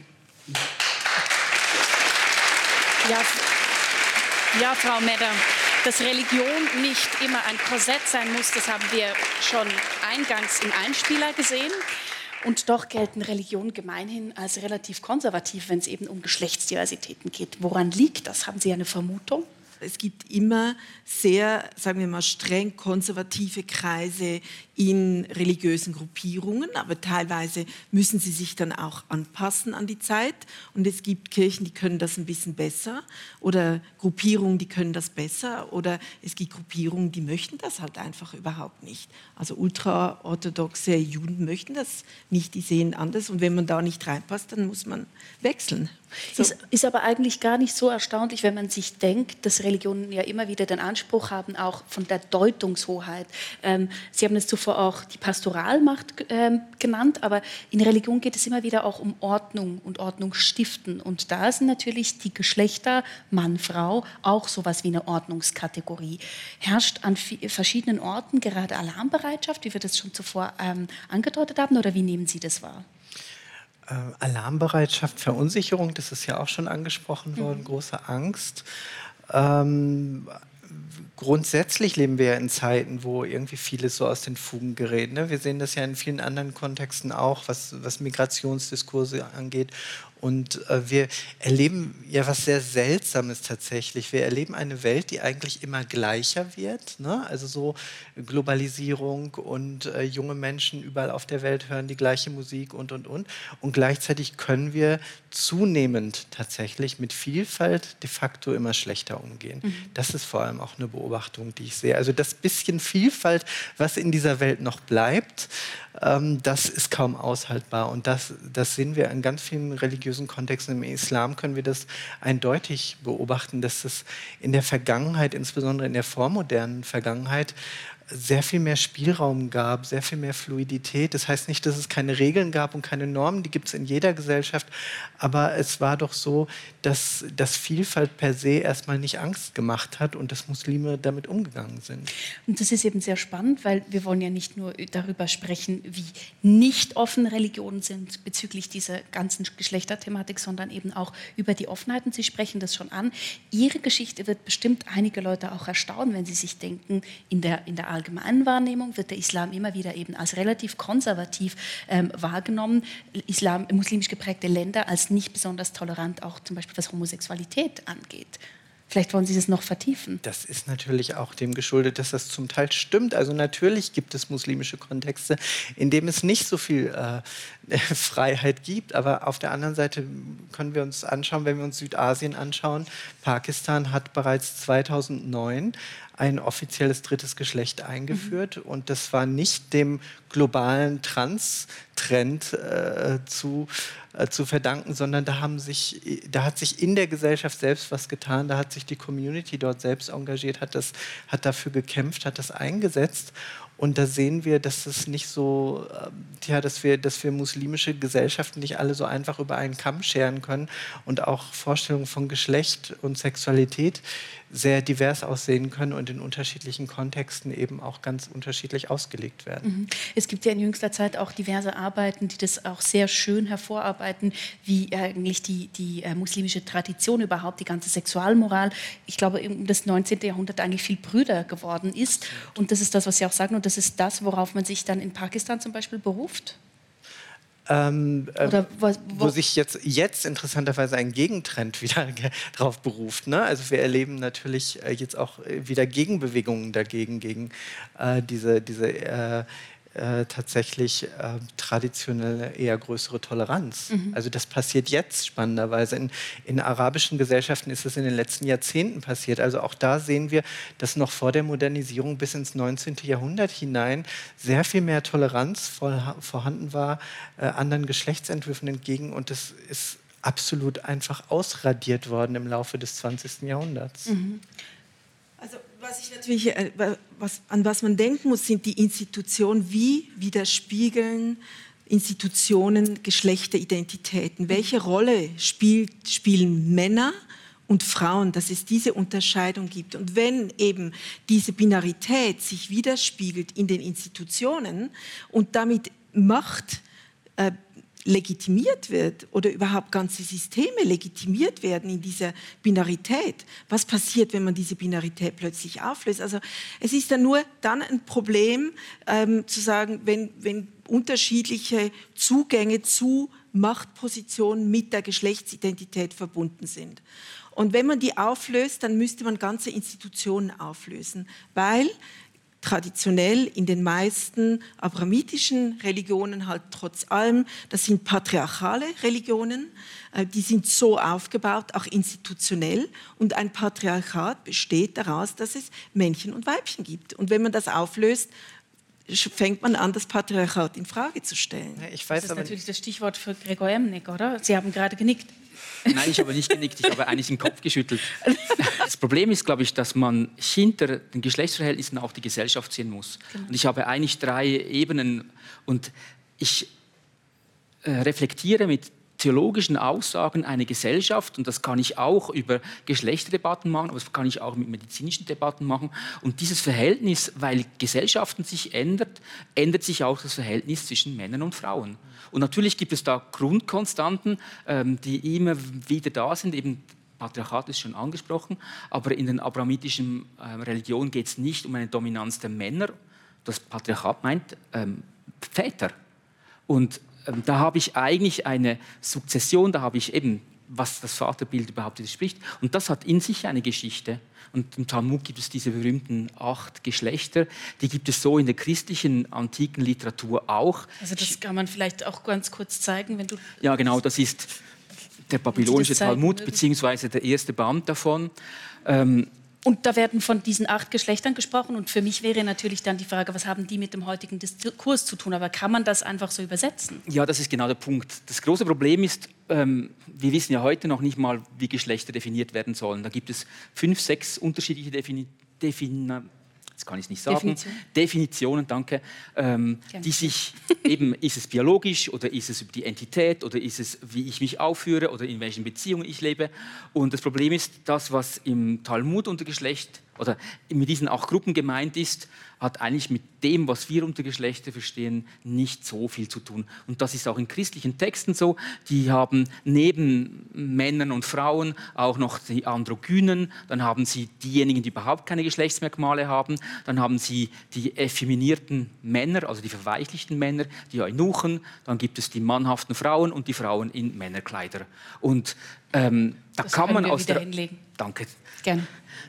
Ja, Frau Medder, dass Religion nicht immer ein Korsett sein muss, das haben wir schon eingangs im Einspieler gesehen. Und doch gelten Religionen gemeinhin als relativ konservativ, wenn es eben um Geschlechtsdiversitäten geht. Woran liegt das? Haben Sie eine Vermutung? Es gibt immer sehr, sagen wir mal, streng konservative Kreise in religiösen Gruppierungen, aber teilweise müssen sie sich dann auch anpassen an die Zeit. Und es gibt Kirchen, die können das ein bisschen besser oder Gruppierungen, die können das besser oder es gibt Gruppierungen, die möchten das halt einfach überhaupt nicht. Also ultraorthodoxe Juden möchten das nicht, die sehen anders und wenn man da nicht reinpasst, dann muss man wechseln. So. Ist aber eigentlich gar nicht so erstaunlich, wenn man sich denkt, dass Religionen ja immer wieder den Anspruch haben, auch von der Deutungshoheit. Sie haben es zuvor auch die Pastoralmacht genannt, aber in Religion geht es immer wieder auch um Ordnung und Ordnungsstiften. Und da sind natürlich die Geschlechter Mann, Frau auch sowas wie eine Ordnungskategorie. Herrscht an verschiedenen Orten gerade Alarmbereitschaft, wie wir das schon zuvor angedeutet haben, oder wie nehmen Sie das wahr? Alarmbereitschaft, Verunsicherung, das ist ja auch schon angesprochen worden, große Angst. Grundsätzlich leben wir ja in Zeiten, wo irgendwie vieles so aus den Fugen gerät. Ne? Wir sehen das ja in vielen anderen Kontexten auch, was Migrationsdiskurse angeht. Und wir erleben ja was sehr Seltsames tatsächlich. Wir erleben eine Welt, die eigentlich immer gleicher wird. Ne? Also so Globalisierung und junge Menschen überall auf der Welt hören die gleiche Musik und. Und gleichzeitig können wir zunehmend tatsächlich mit Vielfalt de facto immer schlechter umgehen. Das ist vor allem auch eine Beobachtung, die ich sehe. Also das bisschen Vielfalt, was in dieser Welt noch bleibt, das ist kaum aushaltbar. Und das sehen wir in ganz vielen religiösen Kontexten. Im Islam können wir das eindeutig beobachten, dass es in der Vergangenheit, insbesondere in der vormodernen Vergangenheit, sehr viel mehr Spielraum gab, sehr viel mehr Fluidität. Das heißt nicht, dass es keine Regeln gab und keine Normen, die gibt es in jeder Gesellschaft, aber es war doch so, dass Vielfalt per se erstmal nicht Angst gemacht hat und dass Muslime damit umgegangen sind. Und das ist eben sehr spannend, weil wir wollen ja nicht nur darüber sprechen, wie nicht offen Religionen sind bezüglich dieser ganzen Geschlechterthematik, sondern eben auch über die Offenheit. Und Sie sprechen das schon an. Ihre Geschichte wird bestimmt einige Leute auch erstaunen, wenn sie sich denken, in der allgemeinen Wahrnehmung wird der Islam immer wieder eben als relativ konservativ wahrgenommen. Muslimisch geprägte Länder als nicht besonders tolerant, auch zum Beispiel was Homosexualität angeht. Vielleicht wollen Sie das noch vertiefen. Das ist natürlich auch dem geschuldet, dass das zum Teil stimmt. Also natürlich gibt es muslimische Kontexte, in denen es nicht so viel Freiheit gibt. Aber auf der anderen Seite können wir uns anschauen, wenn wir uns Südasien anschauen, Pakistan hat bereits 2009 ein offizielles drittes Geschlecht eingeführt. Und das war nicht dem globalen Trans-Trend zu verdanken, sondern da hat sich in der Gesellschaft selbst was getan, da hat sich die Community dort selbst engagiert, hat dafür gekämpft, hat das eingesetzt. Und da sehen wir, dass es nicht so, dass wir muslimische Gesellschaften nicht alle so einfach über einen Kamm scheren können und auch Vorstellungen von Geschlecht und Sexualität sehr divers aussehen können und in unterschiedlichen Kontexten eben auch ganz unterschiedlich ausgelegt werden. Es gibt ja in jüngster Zeit auch diverse Arbeiten, die das auch sehr schön hervorarbeiten, wie eigentlich die muslimische Tradition überhaupt, die ganze Sexualmoral, ich glaube, um das 19. Jahrhundert eigentlich viel brüder geworden ist. Und das ist das, was Sie auch sagen, und das ist das, worauf man sich dann in Pakistan zum Beispiel beruft. Wo sich jetzt interessanterweise ein Gegentrend wieder drauf beruft. Ne? Also wir erleben natürlich jetzt auch wieder Gegenbewegungen dagegen, gegen diese tatsächlich traditionelle, eher größere Toleranz. Also das passiert jetzt spannenderweise. In arabischen Gesellschaften ist es in den letzten Jahrzehnten passiert. Also auch da sehen wir, dass noch vor der Modernisierung bis ins 19. Jahrhundert hinein sehr viel mehr Toleranz vorhanden war, anderen Geschlechtsentwürfen entgegen. Und das ist absolut einfach ausradiert worden im Laufe des 20. Jahrhunderts. Also was ich natürlich, an was man denken muss, sind die Institutionen. Wie widerspiegeln Institutionen Geschlechteridentitäten? Welche Rolle spielen Männer und Frauen, dass es diese Unterscheidung gibt? Und wenn eben diese Binarität sich widerspiegelt in den Institutionen und damit Macht legitimiert wird oder überhaupt ganze Systeme legitimiert werden in dieser Binarität. Was passiert, wenn man diese Binarität plötzlich auflöst? Also es ist dann nur dann ein Problem, zu sagen, wenn unterschiedliche Zugänge zu Machtpositionen mit der Geschlechtsidentität verbunden sind. Und wenn man die auflöst, dann müsste man ganze Institutionen auflösen, weil traditionell in den meisten abrahamitischen Religionen halt trotz allem, das sind patriarchale Religionen, die sind so aufgebaut, auch institutionell. Und ein Patriarchat besteht daraus, dass es Männchen und Weibchen gibt. Und wenn man das auflöst, fängt man an, das Patriarchat in Frage zu stellen. Das ist natürlich das Stichwort für Gregor Emnig, oder? Sie haben gerade genickt. Nein, ich habe nicht genickt, ich habe eigentlich den Kopf geschüttelt. Das Problem ist, glaube ich, dass man hinter den Geschlechtsverhältnissen auch die Gesellschaft sehen muss. Genau. Und ich habe eigentlich 3 Ebenen und ich reflektiere mit theologischen Aussagen eine Gesellschaft, und das kann ich auch über Geschlechterdebatten machen, aber das kann ich auch mit medizinischen Debatten machen. Und dieses Verhältnis, weil Gesellschaften sich ändert sich auch das Verhältnis zwischen Männern und Frauen. Und natürlich gibt es da Grundkonstanten, die immer wieder da sind, eben Patriarchat ist schon angesprochen, aber in den abrahamitischen Religionen geht es nicht um eine Dominanz der Männer. Das Patriarchat meint Väter. Und da habe ich eigentlich eine Sukzession, da habe ich eben, was das Vaterbild überhaupt widerspricht. Und das hat in sich eine Geschichte. Und im Talmud gibt es diese berühmten 8 Geschlechter. Die gibt es so in der christlichen antiken Literatur auch. Also das kann man vielleicht auch ganz kurz zeigen, wenn du... Ja, genau, das ist der babylonische Talmud, beziehungsweise der erste Band davon. Und da werden von diesen 8 Geschlechtern gesprochen. Und für mich wäre natürlich dann die Frage, was haben die mit dem heutigen Diskurs zu tun? Aber kann man das einfach so übersetzen? Ja, das ist genau der Punkt. Das große Problem ist, wir wissen ja heute noch nicht mal, wie Geschlechter definiert werden sollen. Da gibt es 5, 6 unterschiedliche jetzt kann ich es nicht sagen. Definitionen, danke. Die sich eben, ist es biologisch oder ist es über die Entität oder ist es, wie ich mich aufführe oder in welchen Beziehungen ich lebe. Und das Problem ist, das, was im Talmud unter Geschlecht oder mit diesen 8 Gruppen gemeint ist, hat eigentlich mit dem, was wir unter Geschlechter verstehen, nicht so viel zu tun. Und das ist auch in christlichen Texten so. Die haben neben Männern und Frauen auch noch die Androgynen, dann haben sie diejenigen, die überhaupt keine Geschlechtsmerkmale haben, dann haben sie die effeminierten Männer, also die verweichlichten Männer, die Eunuchen, dann gibt es die mannhaften Frauen und die Frauen in Männerkleider. Und da das kann man aus wieder hinlegen. Danke. Gerne.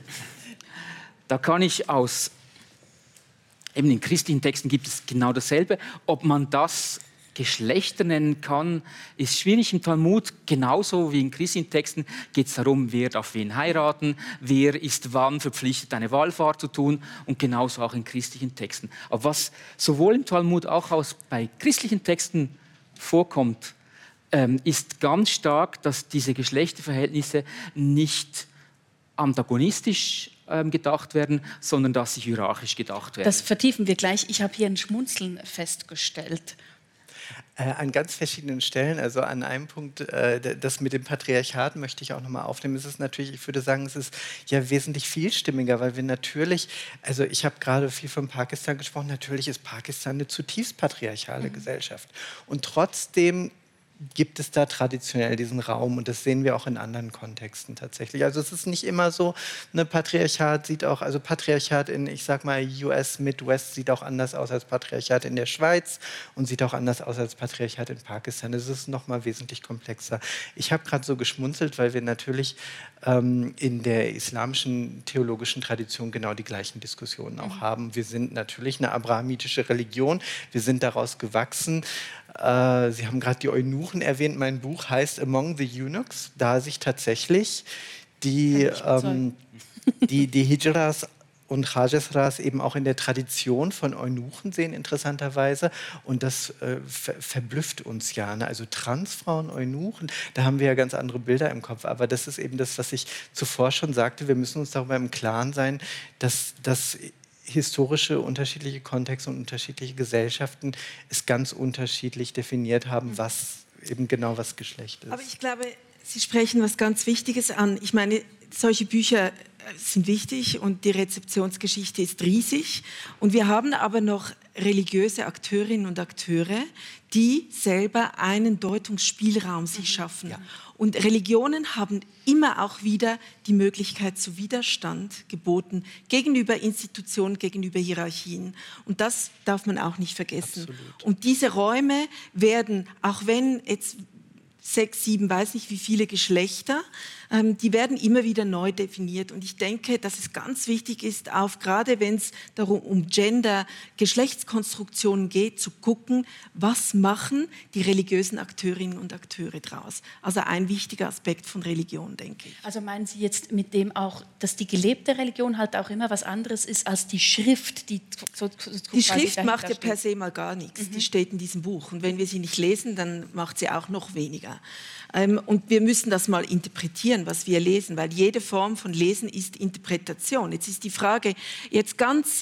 Da kann ich aus, eben in christlichen Texten gibt es genau dasselbe. Ob man das Geschlechter nennen kann, ist schwierig. Im Talmud, genauso wie in christlichen Texten, geht es darum, wer darf wen heiraten, wer ist wann verpflichtet, eine Wallfahrt zu tun, und genauso auch in christlichen Texten. Aber was sowohl im Talmud als auch bei christlichen Texten vorkommt, ist ganz stark, dass diese Geschlechterverhältnisse nicht antagonistisch gedacht werden, sondern dass sie hierarchisch gedacht werden. Das vertiefen wir gleich. Ich habe hier ein Schmunzeln festgestellt. An ganz verschiedenen Stellen, also an einem Punkt, das mit dem Patriarchat möchte ich auch nochmal aufnehmen. Es ist natürlich, ich würde sagen, es ist ja wesentlich vielstimmiger, weil wir natürlich, also ich habe gerade viel von Pakistan gesprochen, natürlich ist Pakistan eine zutiefst patriarchale Gesellschaft. Und trotzdem gibt es da traditionell diesen Raum, und das sehen wir auch in anderen Kontexten tatsächlich. Also es ist nicht immer so, eine Patriarchat sieht auch, also Patriarchat in, ich sag mal, US Midwest sieht auch anders aus als Patriarchat in der Schweiz und sieht auch anders aus als Patriarchat in Pakistan. Es ist nochmal wesentlich komplexer. Ich habe gerade so geschmunzelt, weil wir natürlich in der islamischen theologischen Tradition genau die gleichen Diskussionen auch haben. Wir sind natürlich eine abrahamitische Religion, wir sind daraus gewachsen. Sie haben gerade die Eunuchen erwähnt. Mein Buch heißt Among the Eunuchs, da sich tatsächlich die Hijras und Rajas eben auch in der Tradition von Eunuchen sehen, interessanterweise. Und das verblüfft uns ja. Ne? Also Transfrauen, Eunuchen, da haben wir ja ganz andere Bilder im Kopf. Aber das ist eben das, was ich zuvor schon sagte. Wir müssen uns darüber im Klaren sein, dass historische unterschiedliche Kontexte und unterschiedliche Gesellschaften es ganz unterschiedlich definiert haben, was eben genau was Geschlecht ist. Aber ich glaube, Sie sprechen was ganz Wichtiges an. Ich meine, solche Bücher sind wichtig und die Rezeptionsgeschichte ist riesig. Und wir haben aber noch religiöse Akteurinnen und Akteure, die selber einen Deutungsspielraum sich schaffen. Ja. Und Religionen haben immer auch wieder die Möglichkeit zu Widerstand geboten gegenüber Institutionen, gegenüber Hierarchien. Und das darf man auch nicht vergessen. Absolut. Und diese Räume werden, auch wenn jetzt 6, 7, weiß nicht wie viele Geschlechter, die werden immer wieder neu definiert. Und ich denke, dass es ganz wichtig ist, auch gerade wenn es darum um Gender, Geschlechtskonstruktionen geht, zu gucken, was machen die religiösen Akteurinnen und Akteure draus. Also ein wichtiger Aspekt von Religion, denke ich. Also meinen Sie jetzt mit dem auch, dass die gelebte Religion halt auch immer was anderes ist als die Schrift, die die Schrift macht ja per se mal gar nichts. Die steht in diesem Buch. Und wenn wir sie nicht lesen, dann macht sie auch noch weniger. Und wir müssen das mal interpretieren, was wir lesen, weil jede Form von Lesen ist Interpretation. Jetzt ist die Frage, jetzt ganz,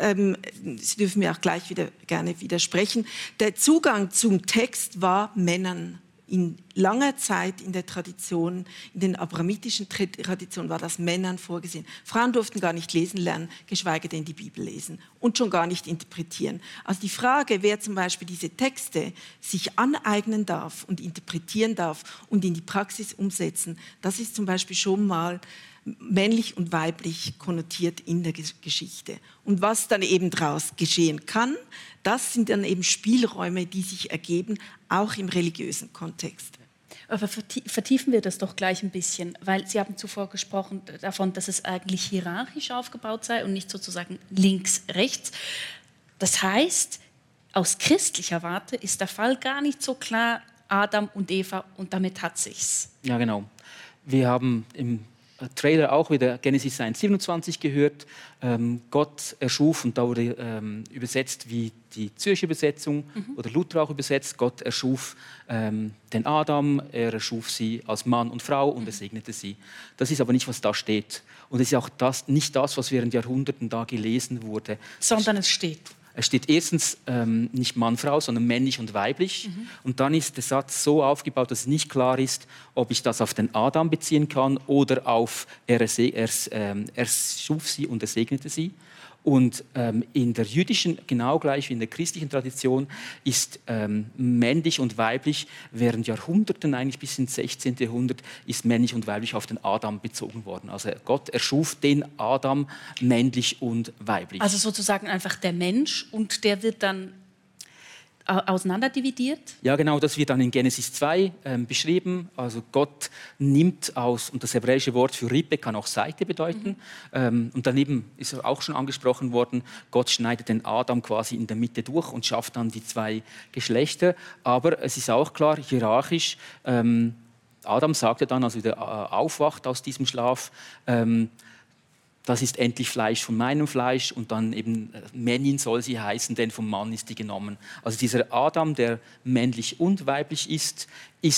Sie dürfen mir auch gleich wieder gerne widersprechen, der Zugang zum Text war Männern. In langer Zeit in der Tradition, in den abrahamitischen Traditionen war das Männern vorgesehen. Frauen durften gar nicht lesen lernen, geschweige denn die Bibel lesen und schon gar nicht interpretieren. Also die Frage, wer zum Beispiel diese Texte sich aneignen darf und interpretieren darf und in die Praxis umsetzen, das ist zum Beispiel schon mal männlich und weiblich konnotiert in der Geschichte. Und was dann eben daraus geschehen kann, das sind dann eben Spielräume, die sich ergeben, auch im religiösen Kontext. Aber vertiefen wir das doch gleich ein bisschen, weil Sie haben zuvor gesprochen davon, dass es eigentlich hierarchisch aufgebaut sei und nicht sozusagen links, rechts. Das heißt, aus christlicher Warte ist der Fall gar nicht so klar, Adam und Eva, und damit hat sich's. Ja, genau. Wir haben im Trailer auch wieder Genesis 1,27 gehört. Gott erschuf, und da wurde übersetzt wie die Zürcher Übersetzung oder Luther auch übersetzt, Gott erschuf den Adam, er erschuf sie als Mann und Frau und er segnete sie. Das ist aber nicht, was da steht. Und es ist auch nicht das, was während Jahrhunderten da gelesen wurde. Sondern es steht. Es steht erstens nicht Mann, Frau, sondern männlich und weiblich. Und dann ist der Satz so aufgebaut, dass es nicht klar ist, ob ich das auf den Adam beziehen kann oder auf er schuf sie und er segnete sie. Und in der jüdischen, genau gleich wie in der christlichen Tradition, ist männlich und weiblich während Jahrhunderten, eigentlich bis ins 16. Jahrhundert, ist männlich und weiblich auf den Adam bezogen worden. Also Gott erschuf den Adam männlich und weiblich. Also sozusagen einfach der Mensch, und der wird dann auseinanderdividiert? Ja, genau, das wird dann in Genesis 2 beschrieben. Also Gott nimmt aus, und das hebräische Wort für Rippe kann auch Seite bedeuten. Und daneben ist auch schon angesprochen worden, Gott schneidet den Adam quasi in der Mitte durch und schafft dann die zwei Geschlechter. Aber es ist auch klar, hierarchisch, Adam sagte dann, als er aufwacht aus diesem Schlaf, das ist endlich Fleisch von meinem Fleisch, und dann eben Männin soll sie heißen, denn vom Mann ist die genommen. Also dieser Adam, der männlich und weiblich ist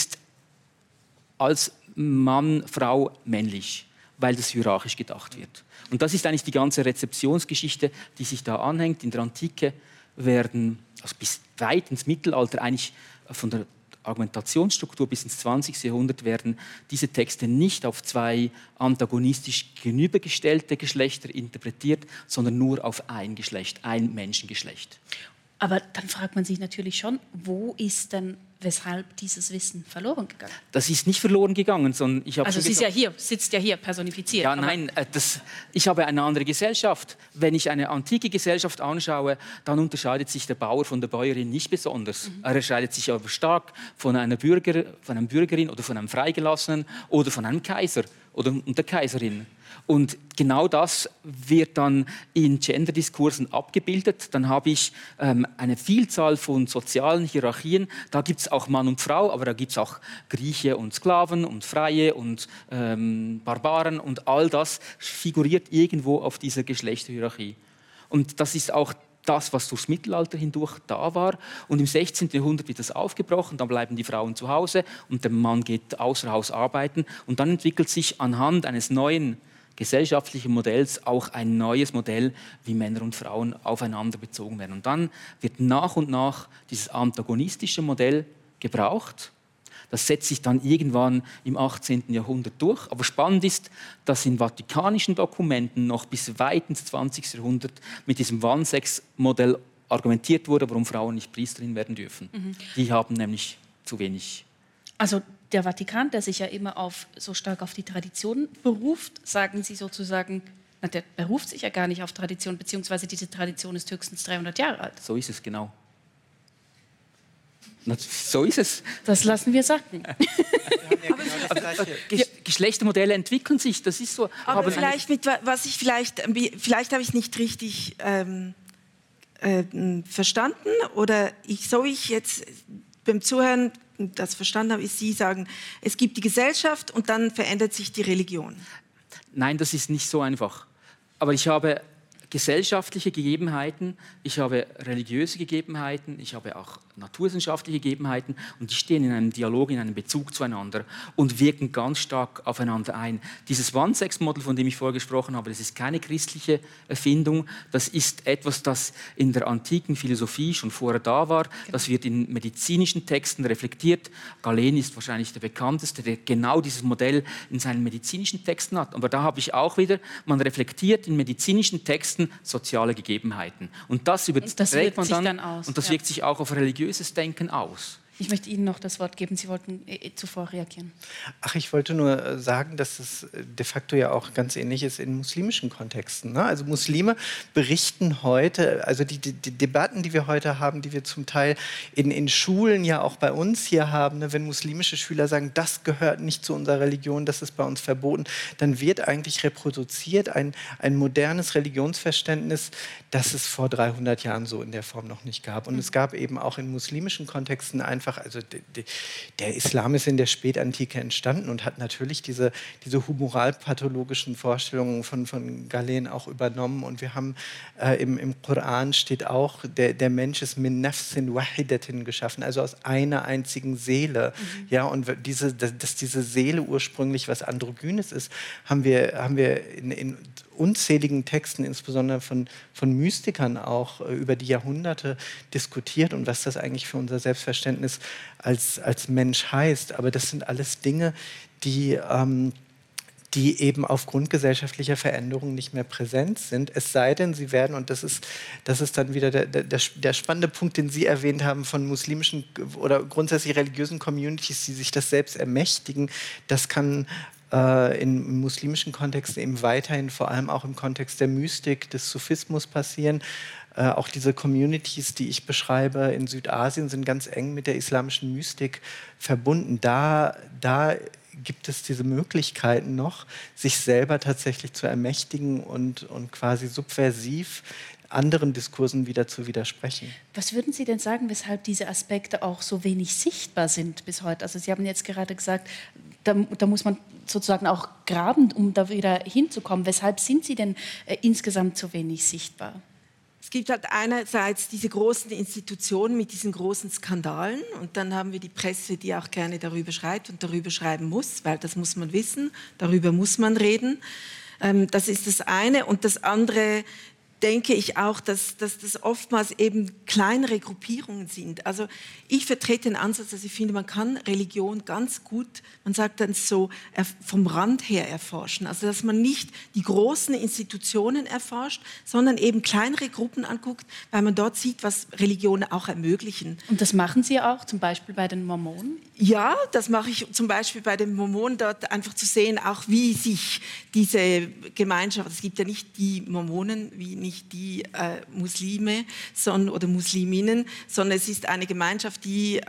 als Mann, Frau männlich, weil das hierarchisch gedacht wird. Und das ist eigentlich die ganze Rezeptionsgeschichte, die sich da anhängt. In der Antike werden, also bis weit ins Mittelalter, eigentlich von der Argumentationsstruktur bis ins 20. Jahrhundert werden diese Texte nicht auf zwei antagonistisch gegenübergestellte Geschlechter interpretiert, sondern nur auf ein Geschlecht, ein Menschengeschlecht. Aber dann fragt man sich natürlich schon, wo ist denn, weshalb dieses Wissen verloren gegangen? Das ist nicht verloren gegangen, sondern ich habe also sie ist ja hier, sitzt ja hier personifiziert. Ja, nein, ich habe eine andere Gesellschaft. Wenn ich eine antike Gesellschaft anschaue, dann unterscheidet sich der Bauer von der Bäuerin nicht besonders. Er unterscheidet sich aber stark von einer Bürgerin oder von einem Freigelassenen oder von einem Kaiser oder und der Kaiserin. Und genau das wird dann in Gender-Diskursen abgebildet. Dann habe ich eine Vielzahl von sozialen Hierarchien. Da gibt es auch Mann und Frau, aber da gibt es auch Grieche und Sklaven und Freie und Barbaren. Und all das figuriert irgendwo auf dieser Geschlechterhierarchie. Und das ist auch das, was durchs Mittelalter hindurch da war. Und im 16. Jahrhundert wird das aufgebrochen, dann bleiben die Frauen zu Hause und der Mann geht außer Haus arbeiten. Und dann entwickelt sich anhand eines neuen gesellschaftlichen Modells auch ein neues Modell, wie Männer und Frauen aufeinander bezogen werden. Und dann wird nach und nach dieses antagonistische Modell gebraucht. Das setzt sich dann irgendwann im 18. Jahrhundert durch. Aber spannend ist, dass in vatikanischen Dokumenten noch bis weit ins 20. Jahrhundert mit diesem One-Sex-Modell argumentiert wurde, warum Frauen nicht Priesterin werden dürfen. Die haben nämlich zu wenig. Also der Vatikan, der sich ja immer so stark auf die Tradition beruft, sagen Sie sozusagen, na, der beruft sich ja gar nicht auf Tradition, beziehungsweise diese Tradition ist höchstens 300 Jahre alt. So ist es, genau. So ist es. Das lassen wir sacken. Geschlechtermodelle entwickeln sich, das ist so. Aber vielleicht vielleicht habe ich es nicht richtig verstanden oder so ich jetzt beim Zuhören das verstanden habe, ist, Sie sagen, es gibt die Gesellschaft und dann verändert sich die Religion. Nein, das ist nicht so einfach. Aber ich habe gesellschaftliche Gegebenheiten, ich habe religiöse Gegebenheiten, ich habe auch naturwissenschaftliche Gegebenheiten und die stehen in einem Dialog, in einem Bezug zueinander und wirken ganz stark aufeinander ein. Dieses One-Sex-Model, von dem ich vorher gesprochen habe, das ist keine christliche Erfindung, das ist etwas, das in der antiken Philosophie schon vorher da war, das wird in medizinischen Texten reflektiert. Galen ist wahrscheinlich der bekannteste, der genau dieses Modell in seinen medizinischen Texten hat. Aber da habe ich auch wieder, man reflektiert in medizinischen Texten soziale Gegebenheiten. Und das überträgt man dann aus. Und das wirkt sich auch auf religiöses Denken aus. Ich möchte Ihnen noch das Wort geben. Sie wollten zuvor reagieren. Ach, ich wollte nur sagen, dass es de facto ja auch ganz ähnlich ist in muslimischen Kontexten. Ne? Also Muslime berichten heute, also die Debatten, die wir heute haben, die wir zum Teil in Schulen ja auch bei uns hier haben, ne? Wenn muslimische Schüler sagen, das gehört nicht zu unserer Religion, das ist bei uns verboten, dann wird eigentlich reproduziert ein modernes Religionsverständnis, das es vor 300 Jahren so in der Form noch nicht gab. Und es gab eben auch in muslimischen Kontexten einfach, also der Islam ist in der Spätantike entstanden und hat natürlich diese humoralpathologischen Vorstellungen von Galen auch übernommen. Und wir haben im Koran steht auch, der Mensch ist min nafsin wahidatin geschaffen, also aus einer einzigen Seele. Ja, und dass diese Seele ursprünglich was Androgynes ist, haben wir in unzähligen Texten, insbesondere von Mystikern auch über die Jahrhunderte diskutiert und was das eigentlich für unser Selbstverständnis als Mensch heißt. Aber das sind alles Dinge, die eben aufgrund gesellschaftlicher Veränderungen nicht mehr präsent sind. Es sei denn, sie werden, und das ist dann wieder der spannende Punkt, den Sie erwähnt haben, von muslimischen oder grundsätzlich religiösen Communities, die sich das selbst ermächtigen, das kann in muslimischen Kontexten eben weiterhin, vor allem auch im Kontext der Mystik, des Sufismus passieren. Auch diese Communities, die ich beschreibe in Südasien, sind ganz eng mit der islamischen Mystik verbunden. Da gibt es diese Möglichkeiten noch, sich selber tatsächlich zu ermächtigen und quasi subversiv anderen Diskursen wieder zu widersprechen. Was würden Sie denn sagen, weshalb diese Aspekte auch so wenig sichtbar sind bis heute? Also Sie haben jetzt gerade gesagt, da muss man sozusagen auch graben, um da wieder hinzukommen. Weshalb sind sie denn insgesamt so wenig sichtbar? Es gibt halt einerseits diese großen Institutionen mit diesen großen Skandalen und dann haben wir die Presse, die auch gerne darüber schreibt und darüber schreiben muss, weil das muss man wissen, darüber muss man reden. Das ist das eine. Und das andere, denke ich auch, dass das oftmals eben kleinere Gruppierungen sind. Also ich vertrete den Ansatz, dass ich finde, man kann Religion ganz gut, man sagt dann so, vom Rand her erforschen. Also dass man nicht die großen Institutionen erforscht, sondern eben kleinere Gruppen anguckt, weil man dort sieht, was Religionen auch ermöglichen. Und das machen Sie auch, zum Beispiel bei den Mormonen? Ja, das mache ich zum Beispiel bei den Mormonen, dort einfach zu sehen, auch wie sich diese Gemeinschaft, es gibt ja nicht die Mormonen, wie nicht die Muslime oder Musliminnen, sondern es ist eine Gemeinschaft, die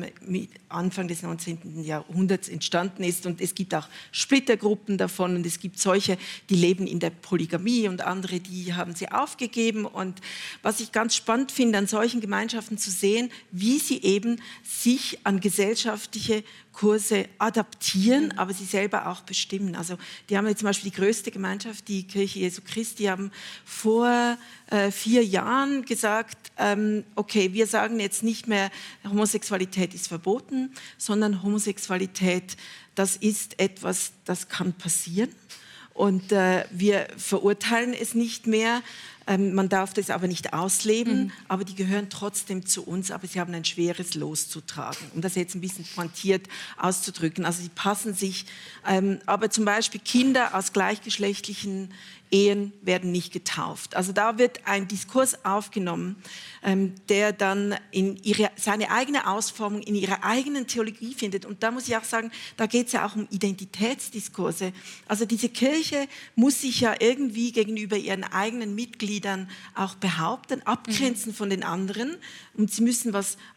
Anfang des 19. Jahrhunderts entstanden ist. Und es gibt auch Splittergruppen davon und es gibt solche, die leben in der Polygamie und andere, die haben sie aufgegeben. Und was ich ganz spannend finde, an solchen Gemeinschaften zu sehen, wie sie eben sich an gesellschaftliche Kurse adaptieren, aber sie selber auch bestimmen. Also die haben jetzt zum Beispiel die größte Gemeinschaft, die Kirche Jesu Christi, haben vor 4 Jahren gesagt, okay, wir sagen jetzt nicht mehr, Homosexualität ist verboten, sondern Homosexualität, das ist etwas, das kann passieren. Und wir verurteilen es nicht mehr. Man darf das aber nicht ausleben, aber die gehören trotzdem zu uns, aber sie haben ein schweres Los zu tragen, um das jetzt ein bisschen pointiert auszudrücken. Also sie passen sich, aber zum Beispiel Kinder aus gleichgeschlechtlichen Ehen werden nicht getauft. Also da wird ein Diskurs aufgenommen, der dann seine eigene Ausformung in ihrer eigenen Theologie findet. Und da muss ich auch sagen, da geht es ja auch um Identitätsdiskurse. Also diese Kirche muss sich ja irgendwie gegenüber ihren eigenen Mitgliedern auch behaupten, abgrenzen von den anderen. Und sie müssen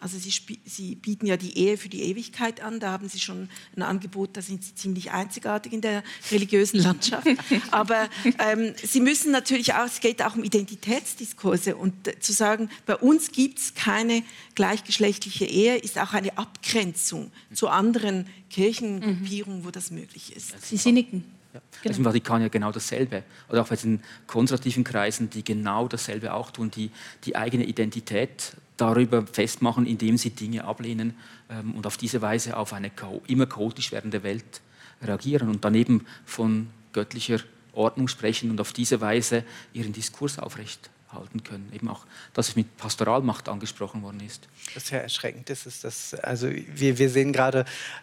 sie bieten ja die Ehe für die Ewigkeit an. Da haben sie schon ein Angebot, da sind sie ziemlich einzigartig in der religiösen Landschaft. Aber sie müssen natürlich auch, es geht auch um Identitätsdiskurse und zu sagen, bei uns gibt es keine gleichgeschlechtliche Ehe, ist auch eine Abgrenzung zu anderen Kirchengruppierungen, wo das möglich ist. Sie nicken. Ja. Genau. Also im Vatikan ja genau dasselbe. Oder auch bei den konservativen Kreisen, die genau dasselbe auch tun, die eigene Identität darüber festmachen, indem sie Dinge ablehnen und auf diese Weise auf eine immer chaotisch werdende Welt reagieren und daneben von göttlicher Ordnung sprechen und auf diese Weise ihren Diskurs aufrechthalten können. Eben auch, dass es mit Pastoralmacht angesprochen worden ist. Das ist ja erschreckend. Also wir sehen gerade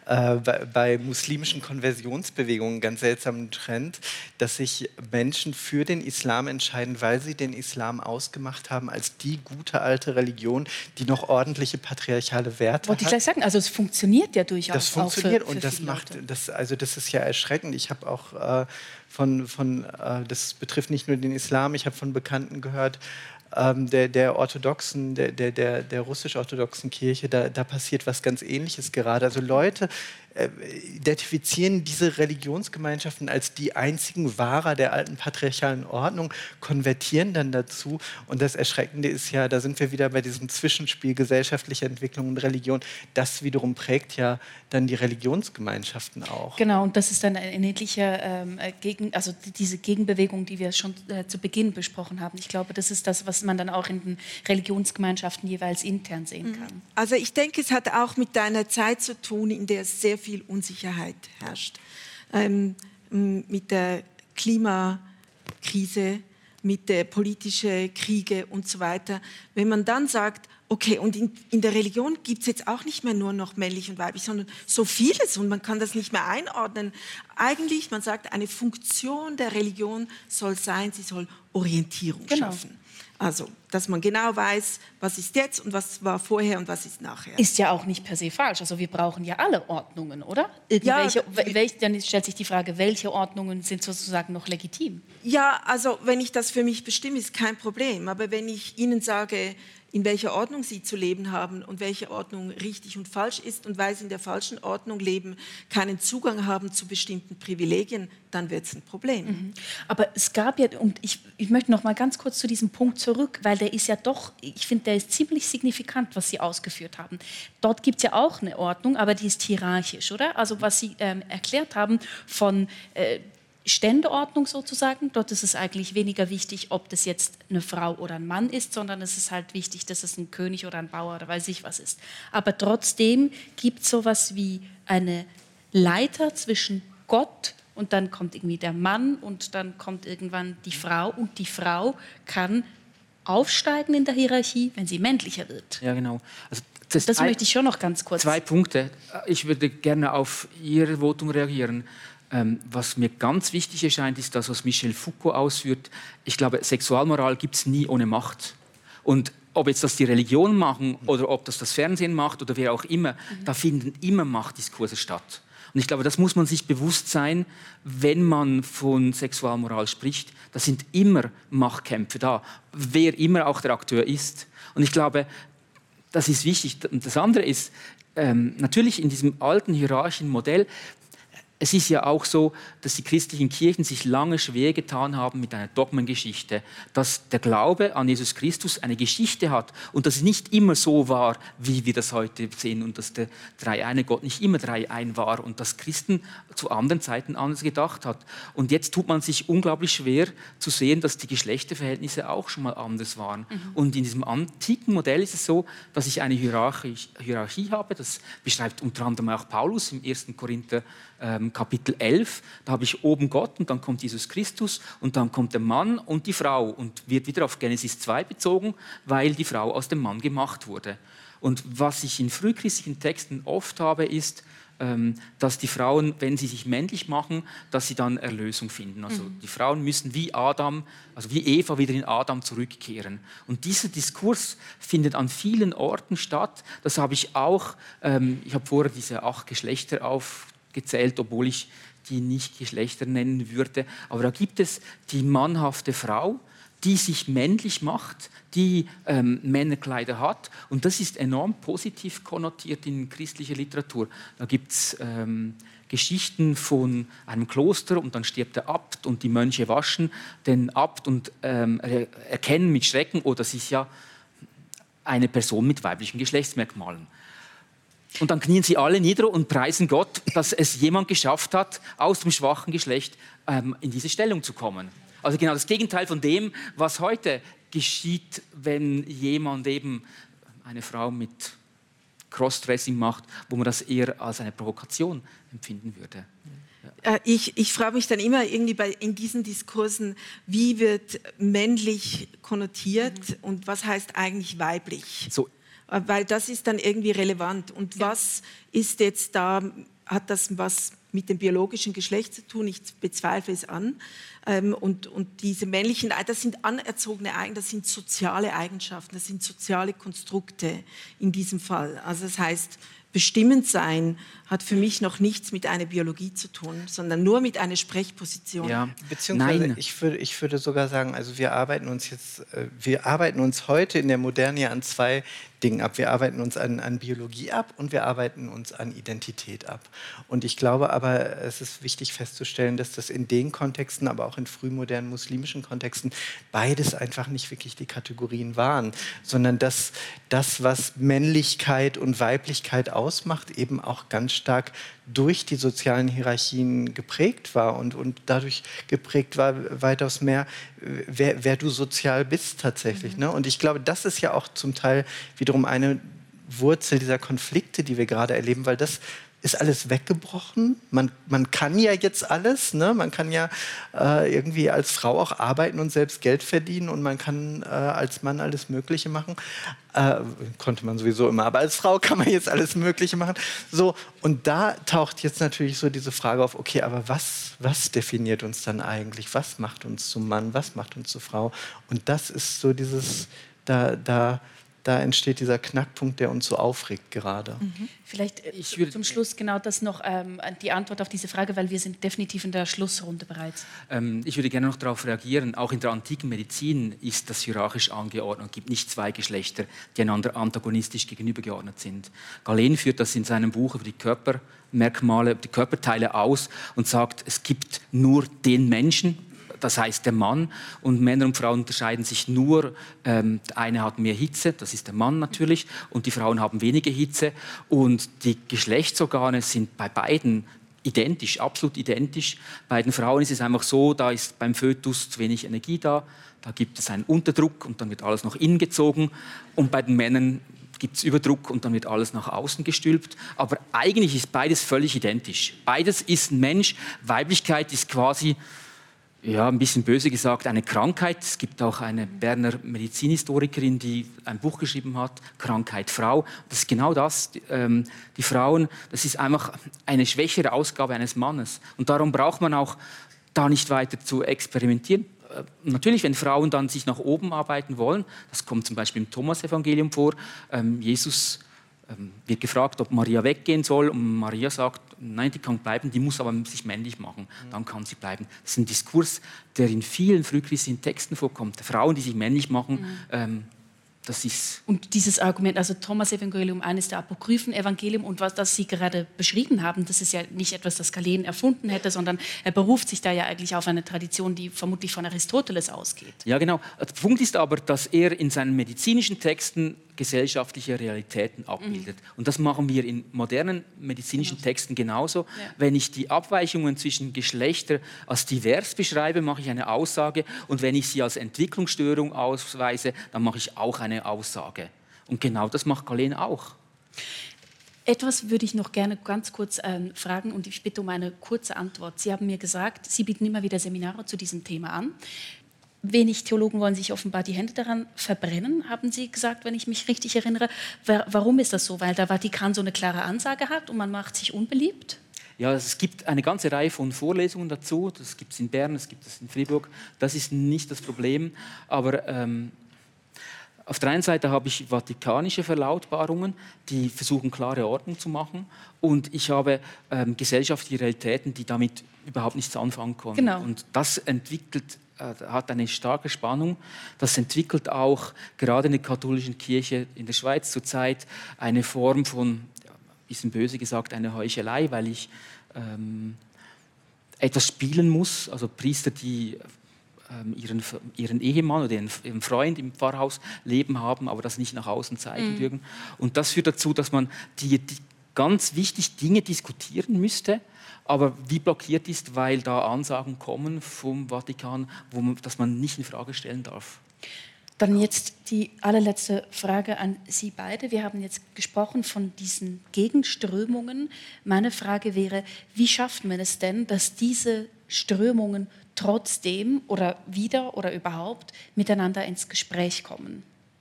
bei muslimischen Konversionsbewegungen einen ganz seltsamen Trend, dass sich Menschen für den Islam entscheiden, weil sie den Islam ausgemacht haben als die gute alte Religion, die noch ordentliche patriarchale Werte hat. Wollte ich gleich sagen, also es funktioniert ja durchaus. Das funktioniert auch für und das macht, das ist ja erschreckend. Ich habe auch das betrifft nicht nur den Islam, ich habe von Bekannten gehört, der orthodoxen, der russisch-orthodoxen Kirche, da passiert was ganz Ähnliches gerade. Also Leute identifizieren diese Religionsgemeinschaften als die einzigen Wahrer der alten patriarchalen Ordnung, konvertieren dann dazu. Und das Erschreckende ist ja, da sind wir wieder bei diesem Zwischenspiel gesellschaftliche Entwicklung und Religion. Das wiederum prägt ja dann die Religionsgemeinschaften auch. Genau, und das ist dann ein ähnlicher diese Gegenbewegung, die wir schon zu Beginn besprochen haben. Ich glaube, das ist das, was man dann auch in den Religionsgemeinschaften jeweils intern sehen kann. Also ich denke, es hat auch mit einer Zeit zu tun, in der es sehr viel Unsicherheit herrscht. Mit der Klimakrise, mit der politischen Kriege und so weiter. Wenn man dann sagt, okay, und in der Religion gibt es jetzt auch nicht mehr nur noch männlich und weiblich, sondern so vieles und man kann das nicht mehr einordnen. Eigentlich, man sagt, eine Funktion der Religion soll sein, sie soll Orientierung schaffen. Also, dass man genau weiß, was ist jetzt und was war vorher und was ist nachher. Ist ja auch nicht per se falsch. Also wir brauchen ja alle Ordnungen, oder? Dann stellt sich die Frage, welche Ordnungen sind sozusagen noch legitim? Ja, also wenn ich das für mich bestimme, ist kein Problem. Aber wenn ich Ihnen sage, in welcher Ordnung Sie zu leben haben und welche Ordnung richtig und falsch ist und weil Sie in der falschen Ordnung leben, keinen Zugang haben zu bestimmten Privilegien, dann wird es ein Problem. Aber es gab ja, und ich möchte noch mal ganz kurz zu diesem Punkt zurück, weil der ist ja doch, ich finde, der ist ziemlich signifikant, was Sie ausgeführt haben. Dort gibt es ja auch eine Ordnung, aber die ist hierarchisch, oder? Also was Sie erklärt haben von Ständeordnung sozusagen. Dort ist es eigentlich weniger wichtig, ob das jetzt eine Frau oder ein Mann ist, sondern es ist halt wichtig, dass es ein König oder ein Bauer oder weiß ich was ist. Aber trotzdem gibt es sowas wie eine Leiter zwischen Gott und dann kommt irgendwie der Mann und dann kommt irgendwann die Frau und die Frau kann aufsteigen in der Hierarchie, wenn sie männlicher wird. Ja, genau. Also das möchte ich schon noch ganz kurz. 2 Punkte. Ich würde gerne auf Ihr Votum reagieren. Was mir ganz wichtig erscheint, ist das, was Michel Foucault ausführt. Ich glaube, Sexualmoral gibt es nie ohne Macht. Und ob jetzt das die Religionen machen oder ob das Fernsehen macht oder wer auch immer, da finden immer Machtdiskurse statt. Und ich glaube, das muss man sich bewusst sein, wenn man von Sexualmoral spricht. Da sind immer Machtkämpfe da, wer immer auch der Akteur ist. Und ich glaube, das ist wichtig. Und das andere ist, natürlich in diesem alten hierarchischen Modell, es ist ja auch so, dass die christlichen Kirchen sich lange schwer getan haben mit einer Dogmengeschichte, dass der Glaube an Jesus Christus eine Geschichte hat und dass es nicht immer so war, wie wir das heute sehen und dass der dreieine Gott nicht immer dreiein war und dass Christen zu anderen Zeiten anders gedacht hat. Und jetzt tut man sich unglaublich schwer zu sehen, dass die Geschlechterverhältnisse auch schon mal anders waren. Und in diesem antiken Modell ist es so, dass ich eine Hierarchie habe, das beschreibt unter anderem auch Paulus im 1. Korinther Kapitel 11, da habe ich oben Gott und dann kommt Jesus Christus und dann kommt der Mann und die Frau und wird wieder auf Genesis 2 bezogen, weil die Frau aus dem Mann gemacht wurde. Und was ich in frühchristlichen Texten oft habe, ist, dass die Frauen, wenn sie sich männlich machen, dass sie dann Erlösung finden. Also die Frauen müssen wie Adam, also wie Eva wieder in Adam zurückkehren. Und dieser Diskurs findet an vielen Orten statt. Das habe ich auch, ich habe vorher diese 8 Geschlechter aufgezählt, obwohl ich die nicht Geschlechter nennen würde. Aber da gibt es die mannhafte Frau, die sich männlich macht, die Männerkleider hat. Und das ist enorm positiv konnotiert in christlicher Literatur. Da gibt es Geschichten von einem Kloster und dann stirbt der Abt und die Mönche waschen den Abt und erkennen mit Schrecken, oh, das ist ja eine Person mit weiblichen Geschlechtsmerkmalen. Und dann knien sie alle nieder und preisen Gott, dass es jemand geschafft hat, aus dem schwachen Geschlecht in diese Stellung zu kommen. Also genau das Gegenteil von dem, was heute geschieht, wenn jemand eben eine Frau mit Crossdressing macht, wo man das eher als eine Provokation empfinden würde. Ja. Ich frage mich dann immer irgendwie in diesen Diskursen, wie wird männlich konnotiert und was heißt eigentlich weiblich? So. Weil das ist dann irgendwie relevant. Und was ist jetzt da, hat das was mit dem biologischen Geschlecht zu tun? Ich bezweifle es an. Und diese männlichen, das sind anerzogene Eigenschaften, das sind soziale Eigenschaften, das sind soziale Konstrukte in diesem Fall. Also das heißt, bestimmend sein hat für mich noch nichts mit einer Biologie zu tun, sondern nur mit einer Sprechposition. Ja, beziehungsweise ich würde sogar sagen, also wir arbeiten uns heute in der Moderne ja an 2 Dingen ab. Wir arbeiten uns an Biologie ab und wir arbeiten uns an Identität ab. Und ich glaube aber, es ist wichtig festzustellen, dass das in den Kontexten, aber auch in frühmodernen muslimischen Kontexten, beides einfach nicht wirklich die Kategorien waren, sondern dass das, was Männlichkeit und Weiblichkeit ausmacht, eben auch ganz stark durch die sozialen Hierarchien geprägt war und dadurch geprägt war weitaus mehr, wer du sozial bist tatsächlich. Ne? Und ich glaube, das ist ja auch zum Teil wiederum eine Wurzel dieser Konflikte, die wir gerade erleben, weil das ist alles weggebrochen. Man kann ja jetzt alles. Ne? Man kann ja irgendwie als Frau auch arbeiten und selbst Geld verdienen und man kann als Mann alles Mögliche machen. Konnte man sowieso immer, aber als Frau kann man jetzt alles Mögliche machen. So, und da taucht jetzt natürlich so diese Frage auf, okay, aber was definiert uns dann eigentlich? Was macht uns zum Mann? Was macht uns zur Frau? Und das ist so dieses, da entsteht dieser Knackpunkt, der uns so aufregt gerade. Vielleicht zum Schluss genau das noch, die Antwort auf diese Frage, weil wir sind definitiv in der Schlussrunde bereits. Ich würde gerne noch darauf reagieren. Auch in der antiken Medizin ist das hierarchisch angeordnet. Es gibt nicht 2 Geschlechter, die einander antagonistisch gegenübergeordnet sind. Galen führt das in seinem Buch über die Körpermerkmale, die Körperteile aus und sagt, es gibt nur den Menschen, das heißt der Mann, und Männer und Frauen unterscheiden sich nur, der eine hat mehr Hitze, das ist der Mann natürlich, und die Frauen haben weniger Hitze und die Geschlechtsorgane sind bei beiden identisch, absolut identisch. Bei den Frauen ist es einfach so, da ist beim Fötus zu wenig Energie da gibt es einen Unterdruck und dann wird alles nach innen gezogen und bei den Männern gibt es Überdruck und dann wird alles nach außen gestülpt. Aber eigentlich ist beides völlig identisch. Beides ist ein Mensch, Weiblichkeit ist quasi, ja, ein bisschen böse gesagt, eine Krankheit. Es gibt auch eine Berner Medizinhistorikerin, die ein Buch geschrieben hat, Krankheit Frau. Das ist genau das. Die Frauen, das ist einfach eine schwächere Ausgabe eines Mannes. Und darum braucht man auch da nicht weiter zu experimentieren. Natürlich, wenn Frauen dann sich nach oben arbeiten wollen, das kommt zum Beispiel im Thomas-Evangelium vor, Jesus wird gefragt, ob Maria weggehen soll und Maria sagt, nein, die kann bleiben, die muss aber sich männlich machen, dann kann sie bleiben. Das ist ein Diskurs, der in vielen frühchristlichen Texten vorkommt. Frauen, die sich männlich machen, das ist... Und dieses Argument, also Thomas-Evangelium, eines der apokryphen Evangelium und was das Sie gerade beschrieben haben, das ist ja nicht etwas, das Galen erfunden hätte, sondern er beruft sich da ja eigentlich auf eine Tradition, die vermutlich von Aristoteles ausgeht. Ja, genau. Der Punkt ist aber, dass er in seinen medizinischen Texten gesellschaftliche Realitäten abbildet. Und das machen wir in modernen medizinischen Texten genauso. Ja. Wenn ich die Abweichungen zwischen Geschlechtern als divers beschreibe, mache ich eine Aussage. Und wenn ich sie als Entwicklungsstörung ausweise, dann mache ich auch eine Aussage. Und genau das macht Galen auch. Etwas würde ich noch gerne ganz kurz fragen und ich bitte um eine kurze Antwort. Sie haben mir gesagt, Sie bieten immer wieder Seminare zu diesem Thema an. Wenig Theologen wollen sich offenbar die Hände daran verbrennen, haben Sie gesagt, wenn ich mich richtig erinnere. Warum ist das so? Weil der Vatikan so eine klare Ansage hat und man macht sich unbeliebt? Ja, es gibt eine ganze Reihe von Vorlesungen dazu. Das gibt es in Bern, es gibt es in Fribourg. Das ist nicht das Problem. Aber auf der einen Seite habe ich vatikanische Verlautbarungen, die versuchen, klare Ordnung zu machen. Und ich habe gesellschaftliche Realitäten, die damit überhaupt nichts anfangen können. Genau. Und das hat eine starke Spannung. Das entwickelt auch gerade in der katholischen Kirche in der Schweiz zurzeit eine Form von, ein bisschen böse gesagt, eine Heuchelei, weil ich etwas spielen muss. Also Priester, die ihren Ehemann oder ihren Freund im Pfarrhaus leben haben, aber das nicht nach außen zeigen dürfen. Und das führt dazu, dass man die ganz wichtig Dinge diskutieren müsste, aber wie blockiert ist, weil da Ansagen kommen vom Vatikan, dass man nicht in Frage stellen darf. Dann jetzt die allerletzte Frage an Sie beide. Wir haben jetzt gesprochen von diesen Gegenströmungen. Meine Frage wäre, wie schafft man es denn, dass diese Strömungen trotzdem oder wieder oder überhaupt miteinander ins Gespräch kommen?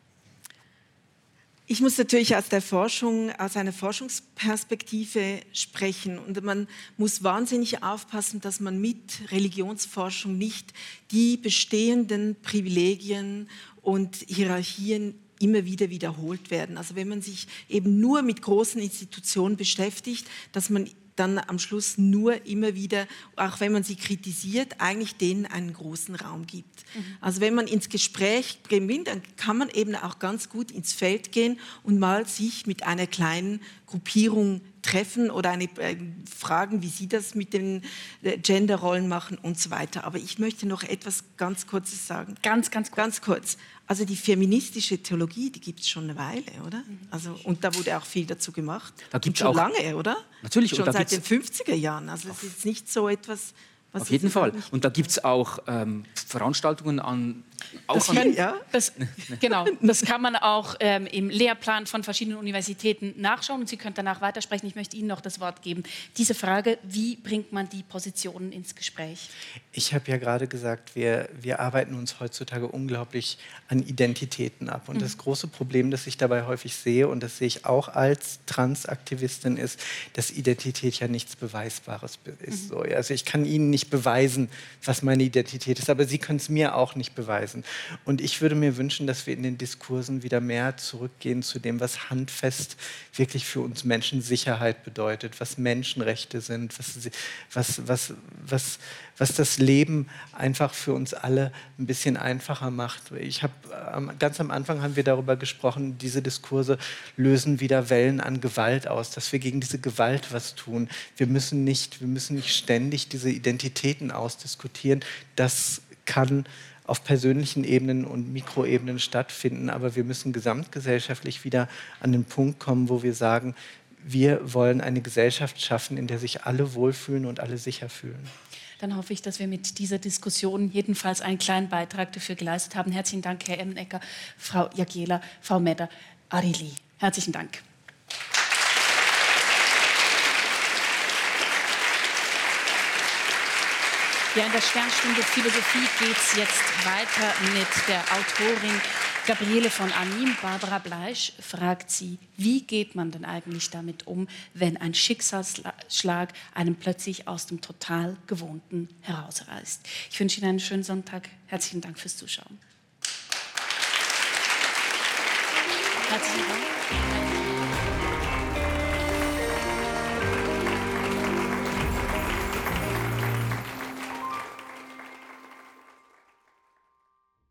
Ich muss natürlich aus einer Forschungsperspektive sprechen und man muss wahnsinnig aufpassen, dass man mit Religionsforschung nicht die bestehenden Privilegien und Hierarchien immer wieder wiederholt werden. Also wenn man sich eben nur mit großen Institutionen beschäftigt, dass man dann am Schluss nur immer wieder, auch wenn man sie kritisiert, eigentlich denen einen großen Raum gibt. Also wenn man ins Gespräch gewinnt, dann kann man eben auch ganz gut ins Feld gehen und mal sich mit einer kleinen Gruppierung treffen oder fragen, wie sie das mit den Genderrollen machen und so weiter. Aber ich möchte noch etwas ganz Kurzes sagen. Ganz kurz. Also die feministische Theologie, die gibt es schon eine Weile, oder? Also, und da wurde auch viel dazu gemacht. Da gibt's schon auch, lange, oder? Natürlich. Schon seit den 50er Jahren. Also es ist nicht so etwas... Auf jeden Fall. Und da gibt es auch Veranstaltungen an... Genau, das kann man auch im Lehrplan von verschiedenen Universitäten nachschauen und Sie können danach weitersprechen. Ich möchte Ihnen noch das Wort geben. Diese Frage, wie bringt man die Positionen ins Gespräch? Ich habe ja gerade gesagt, wir arbeiten uns heutzutage unglaublich an Identitäten ab. Und das große Problem, das ich dabei häufig sehe, und das sehe ich auch als Transaktivistin, ist, dass Identität ja nichts Beweisbares ist. So, also ich kann Ihnen nicht beweisen, was meine Identität ist, aber Sie können es mir auch nicht beweisen. Und ich würde mir wünschen, dass wir in den Diskursen wieder mehr zurückgehen zu dem, was handfest wirklich für uns Menschen Sicherheit bedeutet, was Menschenrechte sind, was das Leben einfach für uns alle ein bisschen einfacher macht. Ganz am Anfang haben wir darüber gesprochen, diese Diskurse lösen wieder Wellen an Gewalt aus, dass wir gegen diese Gewalt was tun. Wir müssen nicht ständig diese Identitäten ausdiskutieren. Das kann auf persönlichen Ebenen und Mikroebenen stattfinden, aber wir müssen gesamtgesellschaftlich wieder an den Punkt kommen, wo wir sagen, wir wollen eine Gesellschaft schaffen, in der sich alle wohlfühlen und alle sicher fühlen. Dann hoffe ich, dass wir mit dieser Diskussion jedenfalls einen kleinen Beitrag dafür geleistet haben. Herzlichen Dank, Herr Emmenecker, Frau Jagiełła, Frau Meder-Arili. Herzlichen Dank. Ja, in der Sternstunde Philosophie geht es jetzt weiter mit der Autorin Gabriele von Arnim. Barbara Bleisch fragt sie, wie geht man denn eigentlich damit um, wenn ein Schicksalsschlag einem plötzlich aus dem total Gewohnten herausreißt. Ich wünsche Ihnen einen schönen Sonntag. Herzlichen Dank fürs Zuschauen. Herzlichen Dank.